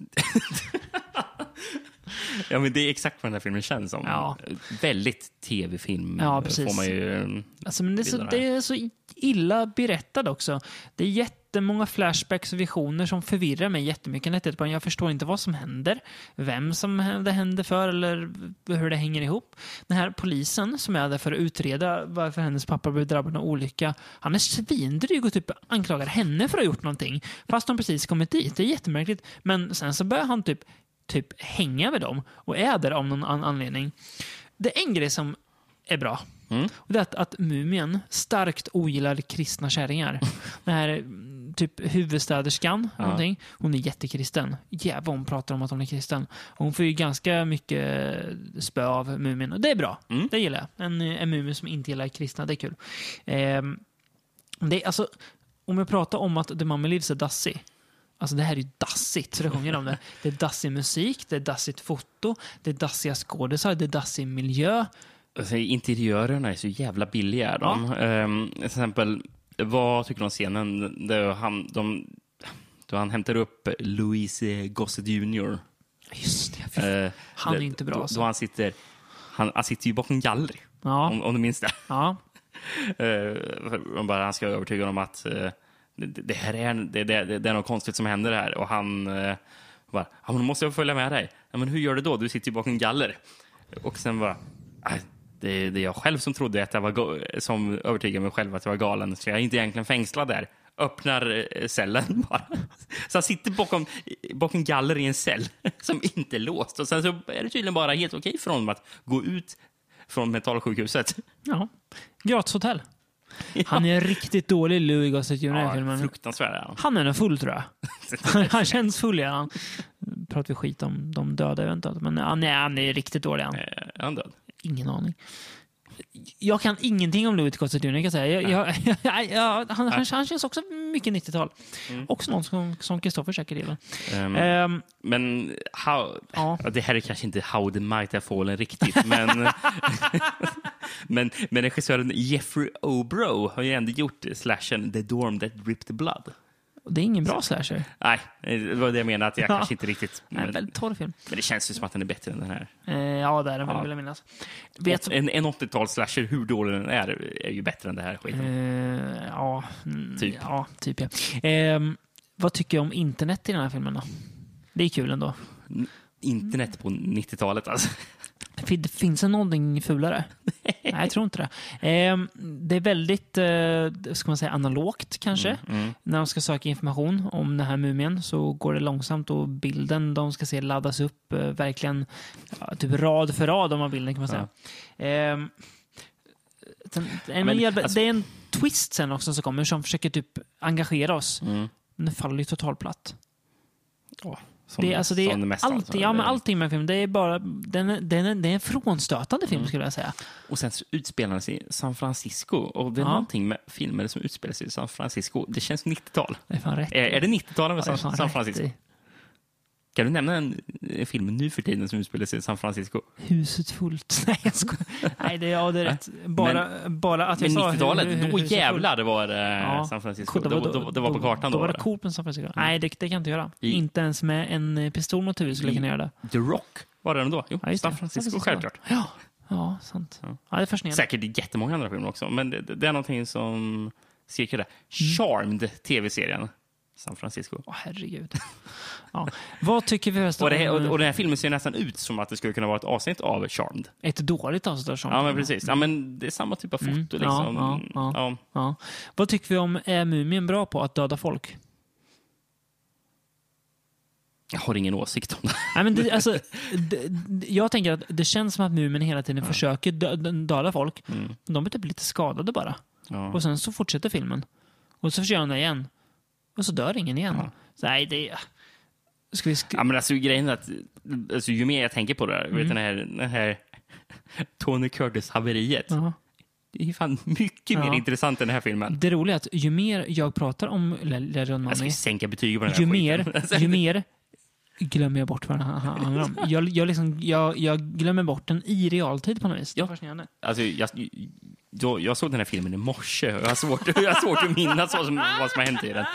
Speaker 2: Ja, men det är exakt vad den här filmen känns som. Ja. Väldigt tv-film.
Speaker 1: Ja, precis.
Speaker 2: Får man ju
Speaker 1: alltså, men det, är så, det är så illa berättad också. Det är jättemånga flashbacks och visioner som förvirrar mig jättemycket. Jag förstår inte vad som händer, vem som det händer för eller hur det hänger ihop. Den här polisen som är där för att utreda varför hennes pappa blev drabbad av olycka, han är svindryg och typ anklagar henne för att ha gjort någonting fast de precis kommit dit. Det är jättemärkligt. Men sen så börjar han typ typ hänga med dem och är där av någon an- anledning. Det är en grej som är bra. Mm. Och det är att, att Mumien starkt ogillar kristna kärringar. Den här typ huvudstäderskan, ja. någonting. Hon är jättekristen. Jävlar, hon pratar om att hon är kristen. Och hon får ju ganska mycket spö av Mumien. Och det är bra. Mm. Det gillar jag. En, en Mumien som inte gillar kristna, det är kul. Eh, det är, alltså, om jag pratar om att The Mummy Lives är dassig. Alltså det här är ju dassigt, så det sjunger om det. Det är dassig musik, det är dassigt foto, det är dassiga skådespelare, det är dassig miljö.
Speaker 2: Alltså, interiörerna är så jävla billiga. De. Ja. Um, till exempel, vad tycker du om scenen där han, de, då han hämtar upp Louis Gossett junior?
Speaker 1: Just det, uh, han är det, inte bra.
Speaker 2: Då,
Speaker 1: alltså.
Speaker 2: då han sitter, han, han sitter ju bakom galler,
Speaker 1: ja.
Speaker 2: om, om du minns det.
Speaker 1: Ja.
Speaker 2: uh, bara, han ska övertyga om att uh, Det, det här är, det, det, det är något konstigt som händer här. Och han eh, bara, ja, men då måste jag följa med dig. Ja, men hur gör du då? Du sitter ju bakom galler. Och sen bara, det, det är jag själv som trodde att jag var som övertygade mig själv att jag var galen. Så jag är inte egentligen fängslad där. Öppnar cellen bara. Så han sitter bakom, bakom galler i en cell som inte är låst. Och sen så är det tydligen bara helt okej för honom att gå ut från mentalsjukhuset.
Speaker 1: Ja, gratishotell. Han är riktigt dålig, Louis Gossett junior.
Speaker 2: Ja, fruktansvärd.
Speaker 1: Han är nog full, tror jag. han, han känns full, ja. Han pratar vi skit om de döda eventuellt. Men han är, han är riktigt dålig. Han.
Speaker 2: Är han död?
Speaker 1: Ingen aning. Jag kan ingenting om Louis Gossett junior, kan jag säga. Jag, jag, jag, jag, han, han, han känns också mycket nittiotal. Mm. Också någon som, som Kristoffer säkert gillar.
Speaker 2: Um, um, men how, ja. Det här är kanske inte How the Might Have Fallen riktigt, men, men, men regissören Jeffrey Obro har ju ändå gjort slashen The Dorm That Dripped Blood.
Speaker 1: Det är ingen bra slasher.
Speaker 2: Nej, det var det jag menade, att jag ja. kanske inte riktigt...
Speaker 1: Nej, men, väldigt torr film.
Speaker 2: Men det känns ju som att den är bättre än den här.
Speaker 1: Eh, ja, det är den ja. vill jag minnas.
Speaker 2: Vet... En, en åttio-tals slasher, hur dålig den är, är ju bättre än det här skiten.
Speaker 1: Eh, ja,
Speaker 2: typ.
Speaker 1: Ja, typ ja. Eh, vad tycker jag om internet i den här filmen då? Det är kul ändå.
Speaker 2: Internet på nittiotalet alltså.
Speaker 1: Finns det någonting fulare? Nej, jag tror inte det. Eh, det är väldigt eh, ska man säga, analogt kanske.
Speaker 2: Mm, mm.
Speaker 1: När de ska söka information om den här mumien så går det långsamt och bilden de ska se laddas upp eh, verkligen ja, typ rad för rad om man bilden kan man säga. Ja. Eh, sen, en Men, jävla, alltså, det är en twist sen också som kommer som försöker typ engagera oss.
Speaker 2: Mm.
Speaker 1: Men det faller ju totalt platt.
Speaker 2: Åh.
Speaker 1: Som, det, alltså det är
Speaker 2: mesta,
Speaker 1: alltid,
Speaker 2: alltså.
Speaker 1: ja, men allting med film, det är bara den är, den är, det är en frånstötande film, mm. skulle jag säga.
Speaker 2: Och sen utspelar sig i San Francisco, och det är ja. någonting med filmer som utspelar sig i San Francisco. Det känns nittiotal.
Speaker 1: Det är fan rätt.
Speaker 2: Är, är det nittiotalet med ja, San, San Francisco?
Speaker 1: I.
Speaker 2: Kan du nämna en, en film nu för tiden som utspelar sig i San Francisco?
Speaker 1: Huset fullt. Nej, jag sko- Nej det, ja, det är rätt. Bara, men, bara att jag
Speaker 2: men
Speaker 1: sa
Speaker 2: nittiotalet,
Speaker 1: hur, hur,
Speaker 2: då jävlar det var det ja. San Francisco. Då, då, då, det var på kartan
Speaker 1: då.
Speaker 2: Då
Speaker 1: var det coolt med San Francisco. Mm. Nej, det, det kan jag inte göra. I, inte ens med en pistol mot huvudet skulle jag kunna göra det.
Speaker 2: The Rock var det ändå? Jo,
Speaker 1: ja,
Speaker 2: San Francisco, Francisco självklart.
Speaker 1: Ja, ja sant. Ja. Ja, det är fascinerande.
Speaker 2: Säkert jättemånga andra filmer också, men det, det är någonting som cirklar där. Charmed, tv-serien. San Francisco.
Speaker 1: Åh, herregud. Ja. Vad tycker vi förresten
Speaker 2: och, det här,
Speaker 1: om...
Speaker 2: och, och den här filmen ser nästan ut som att det skulle kunna vara ett avsnitt av Charmed.
Speaker 1: Ett dåligt avsnitt av Charmed.
Speaker 2: Ja, men precis. Ja, men det är samma typ av foto.
Speaker 1: Mm.
Speaker 2: Liksom.
Speaker 1: Ja, ja, ja,
Speaker 2: ja.
Speaker 1: Ja. Vad tycker vi om, är mumien bra på att döda folk?
Speaker 2: Jag har ingen åsikt om det.
Speaker 1: Nej, men det, alltså, det, jag tänker att det känns som att mumien hela tiden ja. försöker dö, döda folk.
Speaker 2: Mm.
Speaker 1: De är typ lite skadade bara.
Speaker 2: Ja.
Speaker 1: Och sen så fortsätter filmen. Och så försöker han det igen. Och så dör ingen igen.
Speaker 2: Ja.
Speaker 1: Så, nej, det ska vi sk-
Speaker 2: ja, men alltså grejen är att alltså, ju mer jag tänker på det här, mm. vet den här, den här Tony Curtis-haveriet.
Speaker 1: Ja.
Speaker 2: Det är fan mycket
Speaker 1: ja.
Speaker 2: mer intressant än den här filmen.
Speaker 1: Det roliga är att ju mer jag pratar om Legion Money,
Speaker 2: jag ska sänka betyg på den här
Speaker 1: ju mer, ju mer glömmer jag bort vad den handlar om. Jag, jag, liksom, jag, jag glömmer bort den i realtid på något vis.
Speaker 2: Ja.
Speaker 1: Fascinerande.
Speaker 2: Alltså, jag, jag, jag såg den här filmen i morse. Jag har svårt, jag har svårt att minnas vad som, vad som har hänt i den.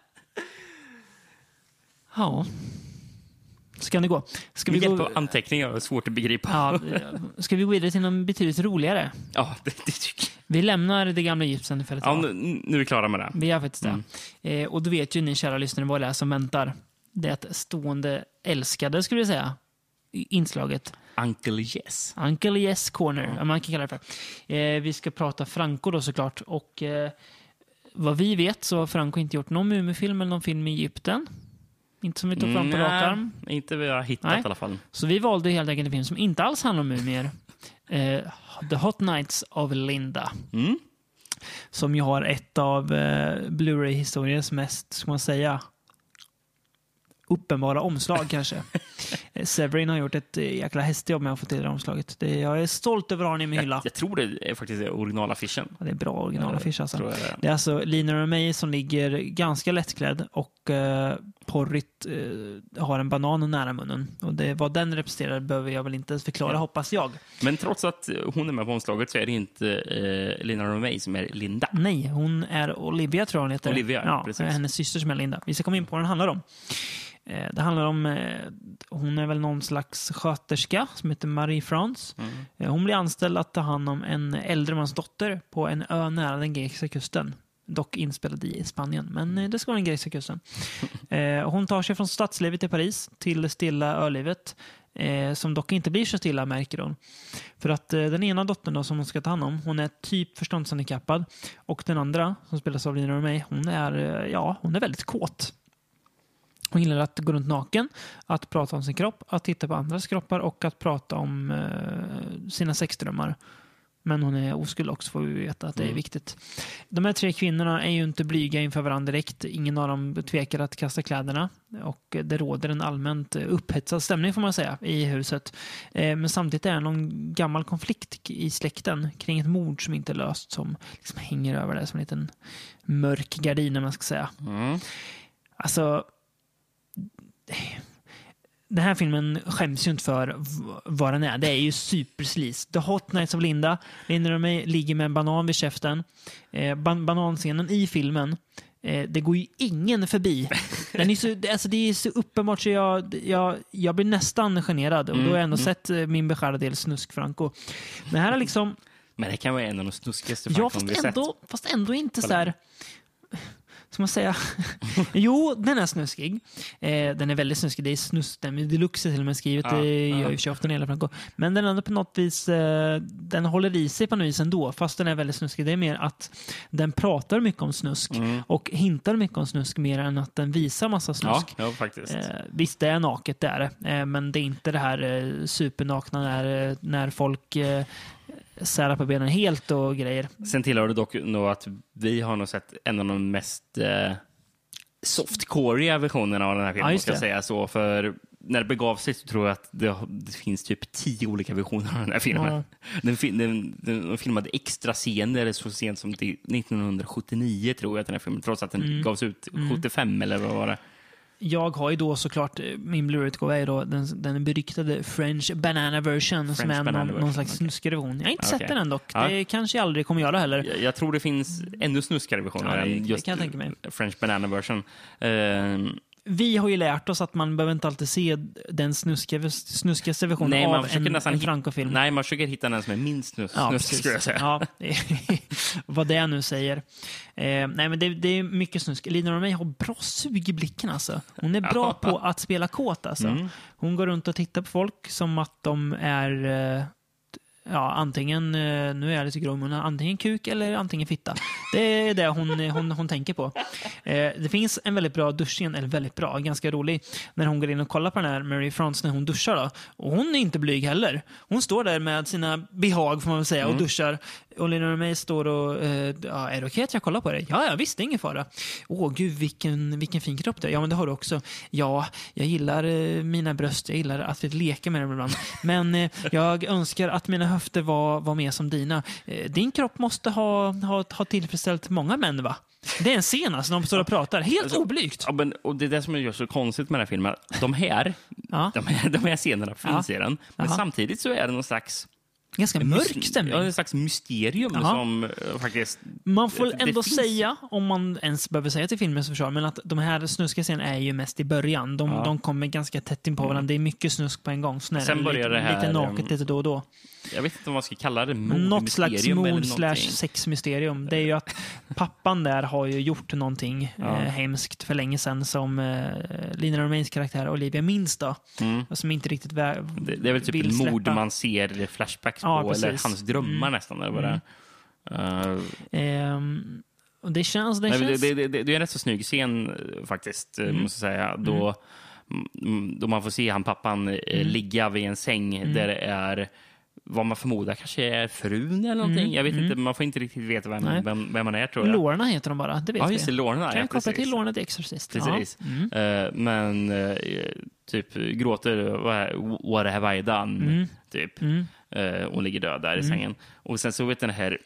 Speaker 1: Ja. Ska det gå? Ska vi
Speaker 2: gå...
Speaker 1: gå...
Speaker 2: anteckningar är svårt att begripa.
Speaker 1: Ja, ska vi gå vidare till något betydligt roligare?
Speaker 2: Ja, det, det tycker jag.
Speaker 1: Vi lämnar det gamla Egypten för ett tag.
Speaker 2: Ja, nu, nu är vi klara med det.
Speaker 1: Vi är faktiskt det.
Speaker 2: Mm.
Speaker 1: Eh, och då vet ju ni kära lyssnare vad det är som väntar. Det är ett stående älskade, skulle jag säga, inslaget.
Speaker 2: Uncle Yes.
Speaker 1: Uncle Yes Corner, ja. Man kan kalla det för. Eh, vi ska prata Franco då såklart. Och eh, vad vi vet så har Franco inte gjort någon mumifilm eller någon film i Egypten. Inte som vi tog fram på rak arm.
Speaker 2: Inte vi har hittat Nej. i alla fall.
Speaker 1: Så vi valde helt enkelt en film som inte alls handlar om mumier. eh, The Hot Nights of Linda.
Speaker 2: Mm.
Speaker 1: Som ju har ett av eh, Blu-ray-historiens mest, ska man säga, uppenbara omslag kanske. Severin har gjort ett jäkla hästjobb med att få till det omslaget. Det, jag är stolt över att ha den i min hylla.
Speaker 2: Jag, jag tror det är faktiskt originalaffischen.
Speaker 1: Ja, det är bra originalaffisch alltså.
Speaker 2: Jag det.
Speaker 1: det är alltså Lina och mig som ligger ganska lättklädd och eh, Porrit eh, har en banan nära munnen. Och det, vad den representerar behöver jag väl inte förklara, ja. hoppas jag.
Speaker 2: Men trots att hon är med på omslaget så är det inte eh, Lina Romay som är Linda.
Speaker 1: Nej, hon är Olivia tror jag hon heter.
Speaker 2: Olivia,
Speaker 1: ja,
Speaker 2: precis.
Speaker 1: Hennes syster som är Linda. Vi ska komma in på vad den handlar om. Det handlar om, hon är väl någon slags sköterska som heter Marie France. Mm. Hon blir anställd att ta hand om en äldre mans dotter på en ö nära den grekiska kusten. Dock inspelad i Spanien, men det ska vara den grekiska kusten. Hon tar sig från stadslivet i Paris till det stilla ölivet. Som dock inte blir så stilla, märker hon. För att den ena dottern då, som hon ska ta hand om, hon är typ förståndshandikappad. Och den andra, som spelas av Lina och mig, hon är, ja, hon är väldigt kåt. Hon gillar att gå runt naken, att prata om sin kropp, att titta på andras kroppar och att prata om eh, sina sexdrömmar. Men hon är oskuld också, får vi veta att det är
Speaker 2: mm.
Speaker 1: viktigt. De här tre kvinnorna är ju inte blyga inför varandra direkt. Ingen av dem tvekar att kasta kläderna. Och det råder en allmänt upphetsad stämning, får man säga, i huset. Eh, men samtidigt är det någon gammal konflikt i släkten kring ett mord som inte är löst, som liksom hänger över det som en liten mörk gardin, man ska säga.
Speaker 2: Mm.
Speaker 1: Alltså... Den här filmen skäms ju inte för vad den är. Det är ju superslis. The Hot Nights of Linda. Linda och mig ligger med en banan vid käften. Eh, ban- bananscenen i filmen Eh, det går ju ingen förbi. Den är så, alltså det är så uppenbart så jag, jag, jag blir nästan generad. Och då har jag ändå mm. sett eh, min beskärda del snusk Franco. Det här är liksom...
Speaker 2: Men det kan vara en av de snuskigaste
Speaker 1: ja, fast
Speaker 2: vi
Speaker 1: ändå,
Speaker 2: sett.
Speaker 1: Fast ändå inte så här... Ska man säga? Jo, den är snuskig. Eh, den är väldigt snuskig. Det är snus, den är deluxe till och med skrivet. Ja, det gör ju ofta hela Franco. Men den är ändå på något vis, eh, den håller i sig på något vis ändå. Fast den är väldigt snuskig. Det är mer att den pratar mycket om snusk mm. och hintar mycket om snusk mer än att den visar massa snusk.
Speaker 2: Ja, ja faktiskt.
Speaker 1: Eh, visst, det är naket där. Eh, men det är inte det här eh, supernakna när, när folk... Eh, sära på benen helt och grejer.
Speaker 2: Sen tillhör det dock nog att vi har nog sett en av de mest eh, softcore versionerna av den här filmen. Ja, ska jag säga så. För när det begav sig så tror jag att det, det finns typ tio olika versioner av den här filmen. Ja. Den, den, den filmade extra scener så sent som nittonhundrasjuttionio tror jag att den här filmen, trots att den mm. gavs ut sjuttiofem mm. eller vad var det?
Speaker 1: Jag har ju då såklart, min Blu-ray-utgåva är då den, den beryktade French Banana Version French som är någon, någon slags okay. snuskig version. Jag har inte okay. sett den än dock. Ja. Det kanske jag aldrig kommer göra heller.
Speaker 2: Jag, jag tror det finns ännu snuskigare versioner ja, än just
Speaker 1: kan jag tänka mig.
Speaker 2: French Banana Version. Uh,
Speaker 1: Vi har ju lärt oss att man behöver inte alltid se den snuskiga, snuskigaste versionen nej, av en, en Franco-film.
Speaker 2: Nej, man försöker hitta den som är minst snus, ja, snusk, skulle jag säga.
Speaker 1: Ja, vad det nu säger. Eh, nej, men det, det är mycket snusk. Lina Romay har bra sug i blicken, alltså. Hon är bra på att spela kåt, alltså. Mm. Hon går runt och tittar på folk som att de är... Eh, ja, antingen, nu är jag lite grov, men antingen kuk eller antingen fitta. Det är det hon, hon, hon tänker på. Eh, det finns en väldigt bra duschscen, eller väldigt bra, ganska rolig, när hon går in och kollar på den här Mary France när hon duschar då. Och hon är inte blyg heller. Hon står där med sina behag, får man väl säga, mm. och duschar. Och Lina Romay står och, eh, ja, är det okej att jag kollar på det? Ja, jag visste ingen fara. Åh, gud, vilken, vilken fin kropp det är. Ja, men det har du också. Ja, jag gillar eh, mina bröst, jag gillar att vi leker med dem ibland. Men eh, jag önskar att mina höfter var, var mer som dina. Eh, din kropp måste ha, ha, ha tillfredsställt många män, va? Det är en scen alltså, de står och pratar. Helt alltså, oblygt.
Speaker 2: Ja, men, och det är det som gör så konstigt med den här filmen. De här, ja. de här, de här scenerna finns ja. i den. Men Aha. samtidigt så är det någon slags...
Speaker 1: ganska mörk stämning.
Speaker 2: Ja, en slags mysterium Aha. som uh, faktiskt...
Speaker 1: Man får ändå säga, om man ens behöver säga till filmens försvar, men att de här snuskiga scenerna är ju mest i början. De, ja. de kommer ganska tätt in på varandra. Mm. Det är mycket snusk på en gång. Så
Speaker 2: sen börjar
Speaker 1: lite,
Speaker 2: det här...
Speaker 1: lite naket lite då och då.
Speaker 2: Jag vet inte vad man ska kalla det.
Speaker 1: Något slags mord slash sexmysterium. Det är ju att pappan där har ju gjort någonting ja. eh, hemskt för länge sedan som eh, Lina Romays karaktär Olivia minns då. Mm. Som inte riktigt vä-
Speaker 2: det, det är väl typ ett mord man ser flashbacks ja, på. Precis. Eller hans drömmar mm. nästan. Eller vad det är. Uh,
Speaker 1: ehm, och det känns... Det,
Speaker 2: nej,
Speaker 1: känns...
Speaker 2: Det, det, det, det är en rätt så snygg scen faktiskt, mm. måste jag säga. Då, mm. då man får se han pappan mm. ligga vid en säng mm. där det är... vad man förmodar kanske är frun eller någonting. Mm, jag vet mm. inte, man får inte riktigt veta vem, vem, vem man är, tror jag.
Speaker 1: Lorna heter de bara, det vet
Speaker 2: ja, just det,
Speaker 1: vi.
Speaker 2: Lorna,
Speaker 1: kan
Speaker 2: ja,
Speaker 1: koppla till Lorna The Exorcist.
Speaker 2: Precis. Ja. Mm. Uh, men uh, typ gråter, what have I done? Mm. Typ. Mm. Uh, och ligger död där i mm. sängen. Och sen så vet den här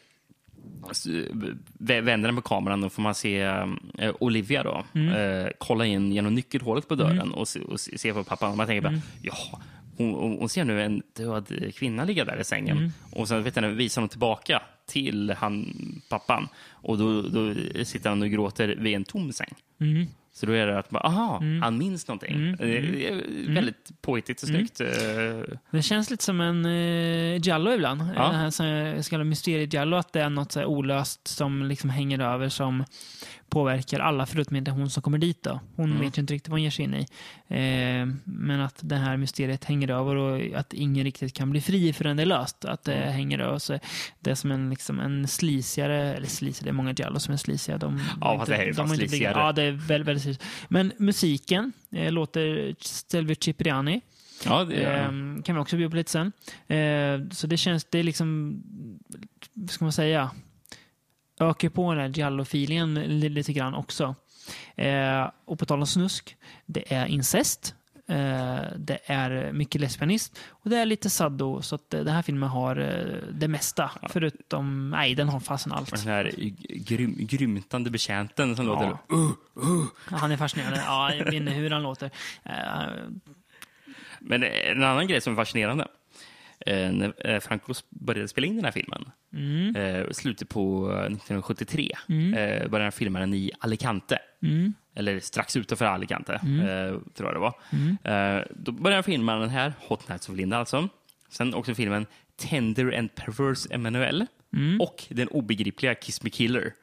Speaker 2: vänder den på kameran och får man se uh, Olivia då mm. uh, kolla in genom nyckelhålet på dörren mm. och, se, och se på pappan. Och man tänker mm. bara, ja, Hon, hon ser nu en död kvinna ligga där i sängen. Mm. Och sen vet jag, visar hon tillbaka till han, pappan. Och då, då sitter han och gråter vid en tom säng. Mm. Så då är det att, aha, mm. han minns någonting. Mm. Det är väldigt mm. poetiskt och snyggt. Mm.
Speaker 1: Det känns lite som en uh, Giallo ibland. Ja. Det här som jag ska kalla mysterie-Giallo. Att det är något så här olöst som liksom hänger över som påverkar alla förutom inte hon som kommer dit då. Hon mm. vet ju inte riktigt vad hon ger sig in i. Eh, men att det här mysteriet hänger över och att ingen riktigt kan bli fri förrän det är löst. Att det mm. hänger över. Så det är som en, liksom en slisigare, eller slisigare, det är många Giallo som är slisiga. De,
Speaker 2: ja,
Speaker 1: inte,
Speaker 2: det här är
Speaker 1: de
Speaker 2: slisigare.
Speaker 1: Ja, det är väldigt, väldigt slisigt. Men musiken eh, låter Stelvio Cipriani.
Speaker 2: Ja, det är...
Speaker 1: eh, kan vi också bjuda på lite sen. Eh, så det känns, det är liksom, vad ska man säga, ökar på den här Giallo-filingen lite grann också. Eh, och på tal om snusk, det är incest, eh, det är mycket lesbianism och det är lite saddo, så att den här filmen har eh, det mesta, ja. Förutom, nej, den har fasen allt.
Speaker 2: Den här grym, grymtande betjänten som ja. låter uh, uh.
Speaker 1: Han är fascinerande, ja, jag vet inte hur han låter. Eh,
Speaker 2: Men en annan grej som är fascinerande, eh, när Franco började spela in den här filmen. Mm. Eh, slutet på nittonhundrasjuttiotre mm. eh, började filma den i Alicante. Mm. Eller strax utanför Alicante, mm. eh, tror jag det var. Mm. Eh, då började jag filma den här, Hot Nights of Linda alltså. Sen också filmen Tender and Perverse Emmanuel. Mm. Och den obegripliga Kiss Me Killer.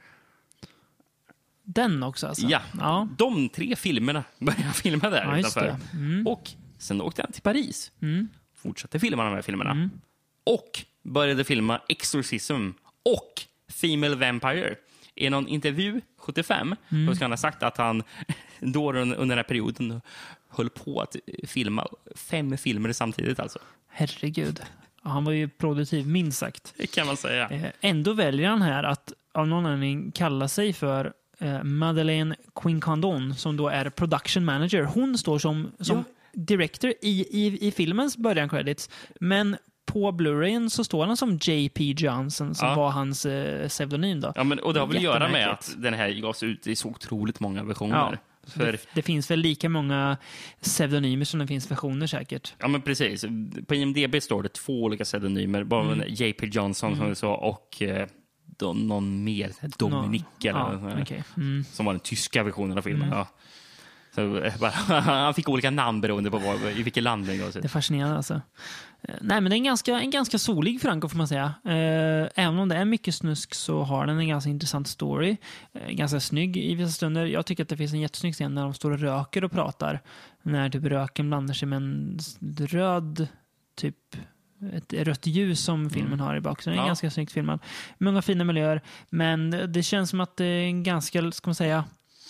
Speaker 1: Den också alltså?
Speaker 2: Ja, ja. De tre filmerna började jag filma där
Speaker 1: ja,
Speaker 2: utanför.
Speaker 1: Mm.
Speaker 2: Och sen åkte jag till Paris. Mm. Fortsatte filma de här filmerna. Mm. Och började filma Exorcism och Female Vampire. I någon intervju sjuttiofem mm. då ska han ha sagt att han då under den här perioden höll på att filma fem filmer samtidigt alltså.
Speaker 1: Herregud. Han var ju produktiv, minst sagt.
Speaker 2: Det kan man säga.
Speaker 1: Eh, ändå väljer han här att av någon anledning kalla sig för eh, Madeleine Quincondon, som då är production manager. Hon står som, som ja. director i, i, i filmens början credits, men på Blu-rayen så står han som J P Johnson, som ja. var hans eh, pseudonym då.
Speaker 2: Ja, men, och det har väl att göra med att den här gavs ut i så otroligt många versioner.
Speaker 1: Ja.
Speaker 2: För...
Speaker 1: Det, det finns väl lika många pseudonymer som det finns versioner säkert.
Speaker 2: Ja, men precis. På I M D B står det två olika pseudonymer. Bara mm. J P Johnson mm. som du sa och eh, då, någon mer, Dominic no. eller ja, okay. mm. som var den tyska versionen av filmen. Mm. Ja. Så, bara, han fick olika namn beroende på var, i vilket land det var.
Speaker 1: Det är fascinerande alltså. Nej, men det är en ganska, en ganska solig Franco får man säga. Eh, även om det är mycket snusk så har den en ganska intressant story. Eh, ganska snygg i vissa stunder. Jag tycker att det finns en jättesnygg scen när de står och röker och pratar. När typ röken blandar sig med en röd typ ett rött ljus som filmen mm. har i bakgrunden. Det är ja. ganska snyggt filmad. Många fina miljöer. Men det känns som att det är en ganska, ska man säga,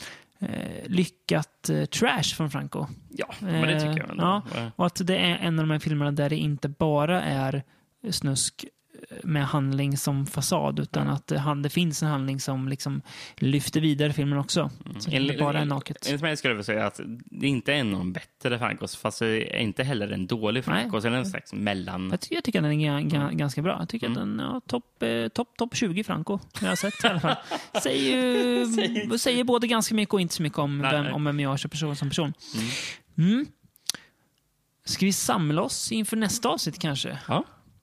Speaker 1: Eh, lyckat eh, trash från Franco.
Speaker 2: Ja, men det tycker jag ändå.
Speaker 1: Ja, och att det är en av de här filmerna där det inte bara är snusk med handling som fasad, utan mm. att han, det finns en handling som liksom lyfter vidare filmen också. Mm. Så det inte bara är naket.
Speaker 2: Enligt mig skulle jag säga att det inte är någon bättre Francos, fast det är inte heller en dålig Francos, eller en slags mellan.
Speaker 1: Jag, ty- jag tycker att den är g- g- ganska bra. Jag tycker mm. att den är ja, topp eh, top, top tjugo Franco jag har sett i alla fall. Säger, säger, säger både ganska mycket och inte så mycket om, vem, om vem jag är person, som person. Mm. Mm. Ska vi samla oss inför nästa avsnitt kanske?
Speaker 2: Ja.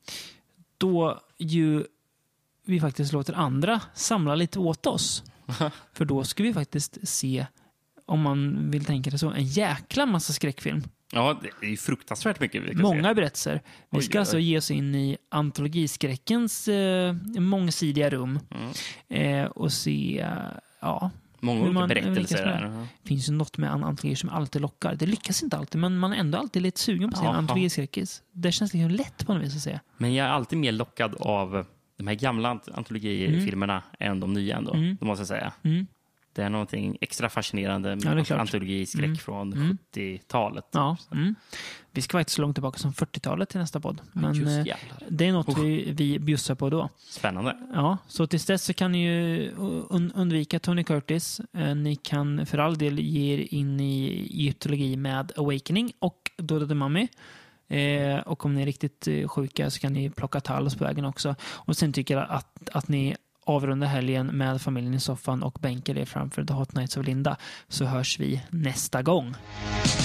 Speaker 1: Då ju vi faktiskt låter andra samla lite åt oss. För då ska vi faktiskt se, om man vill tänka det så, en jäkla massa skräckfilm.
Speaker 2: Ja, det är fruktansvärt mycket. Vi kan
Speaker 1: Många
Speaker 2: se.
Speaker 1: berättelser. Vi ska oj, alltså oj. ge oss in i antologiskräckens eh, mångsidiga rum. Mm. Eh, och se, eh, ja...
Speaker 2: Många olika berättelser. Där.
Speaker 1: Det finns ju något med antologier som alltid lockar. Det lyckas inte alltid, men man är ändå alltid lite sugen på sin antologiskräckis. Det känns liksom lätt på något vis att säga.
Speaker 2: Men jag är alltid mer lockad av de här gamla antologifilmerna mm. än de nya ändå, mm. det måste jag säga. Mm. Det är någonting extra fascinerande med ja, antologiskräck mm. från mm. sjuttiotalet.
Speaker 1: Ja. Mm. Vi ska faktiskt så långt tillbaka som fyrtiotalet till nästa podd. Men Just, det är något oh. vi, vi bjussar på då.
Speaker 2: Spännande.
Speaker 1: Ja, så tills dess så kan ni ju un- undvika Tony Curtis. Ni kan för all del ge er in i egyptologi med Awakening och Dodo the Mummy. Eh, och om ni är riktigt eh, sjuka så kan ni plocka Talos på vägen också. Och sen tycker jag att, att ni avrunda helgen med familjen i soffan och bänkar er framför The Hot Nights of Linda, så hörs vi nästa gång.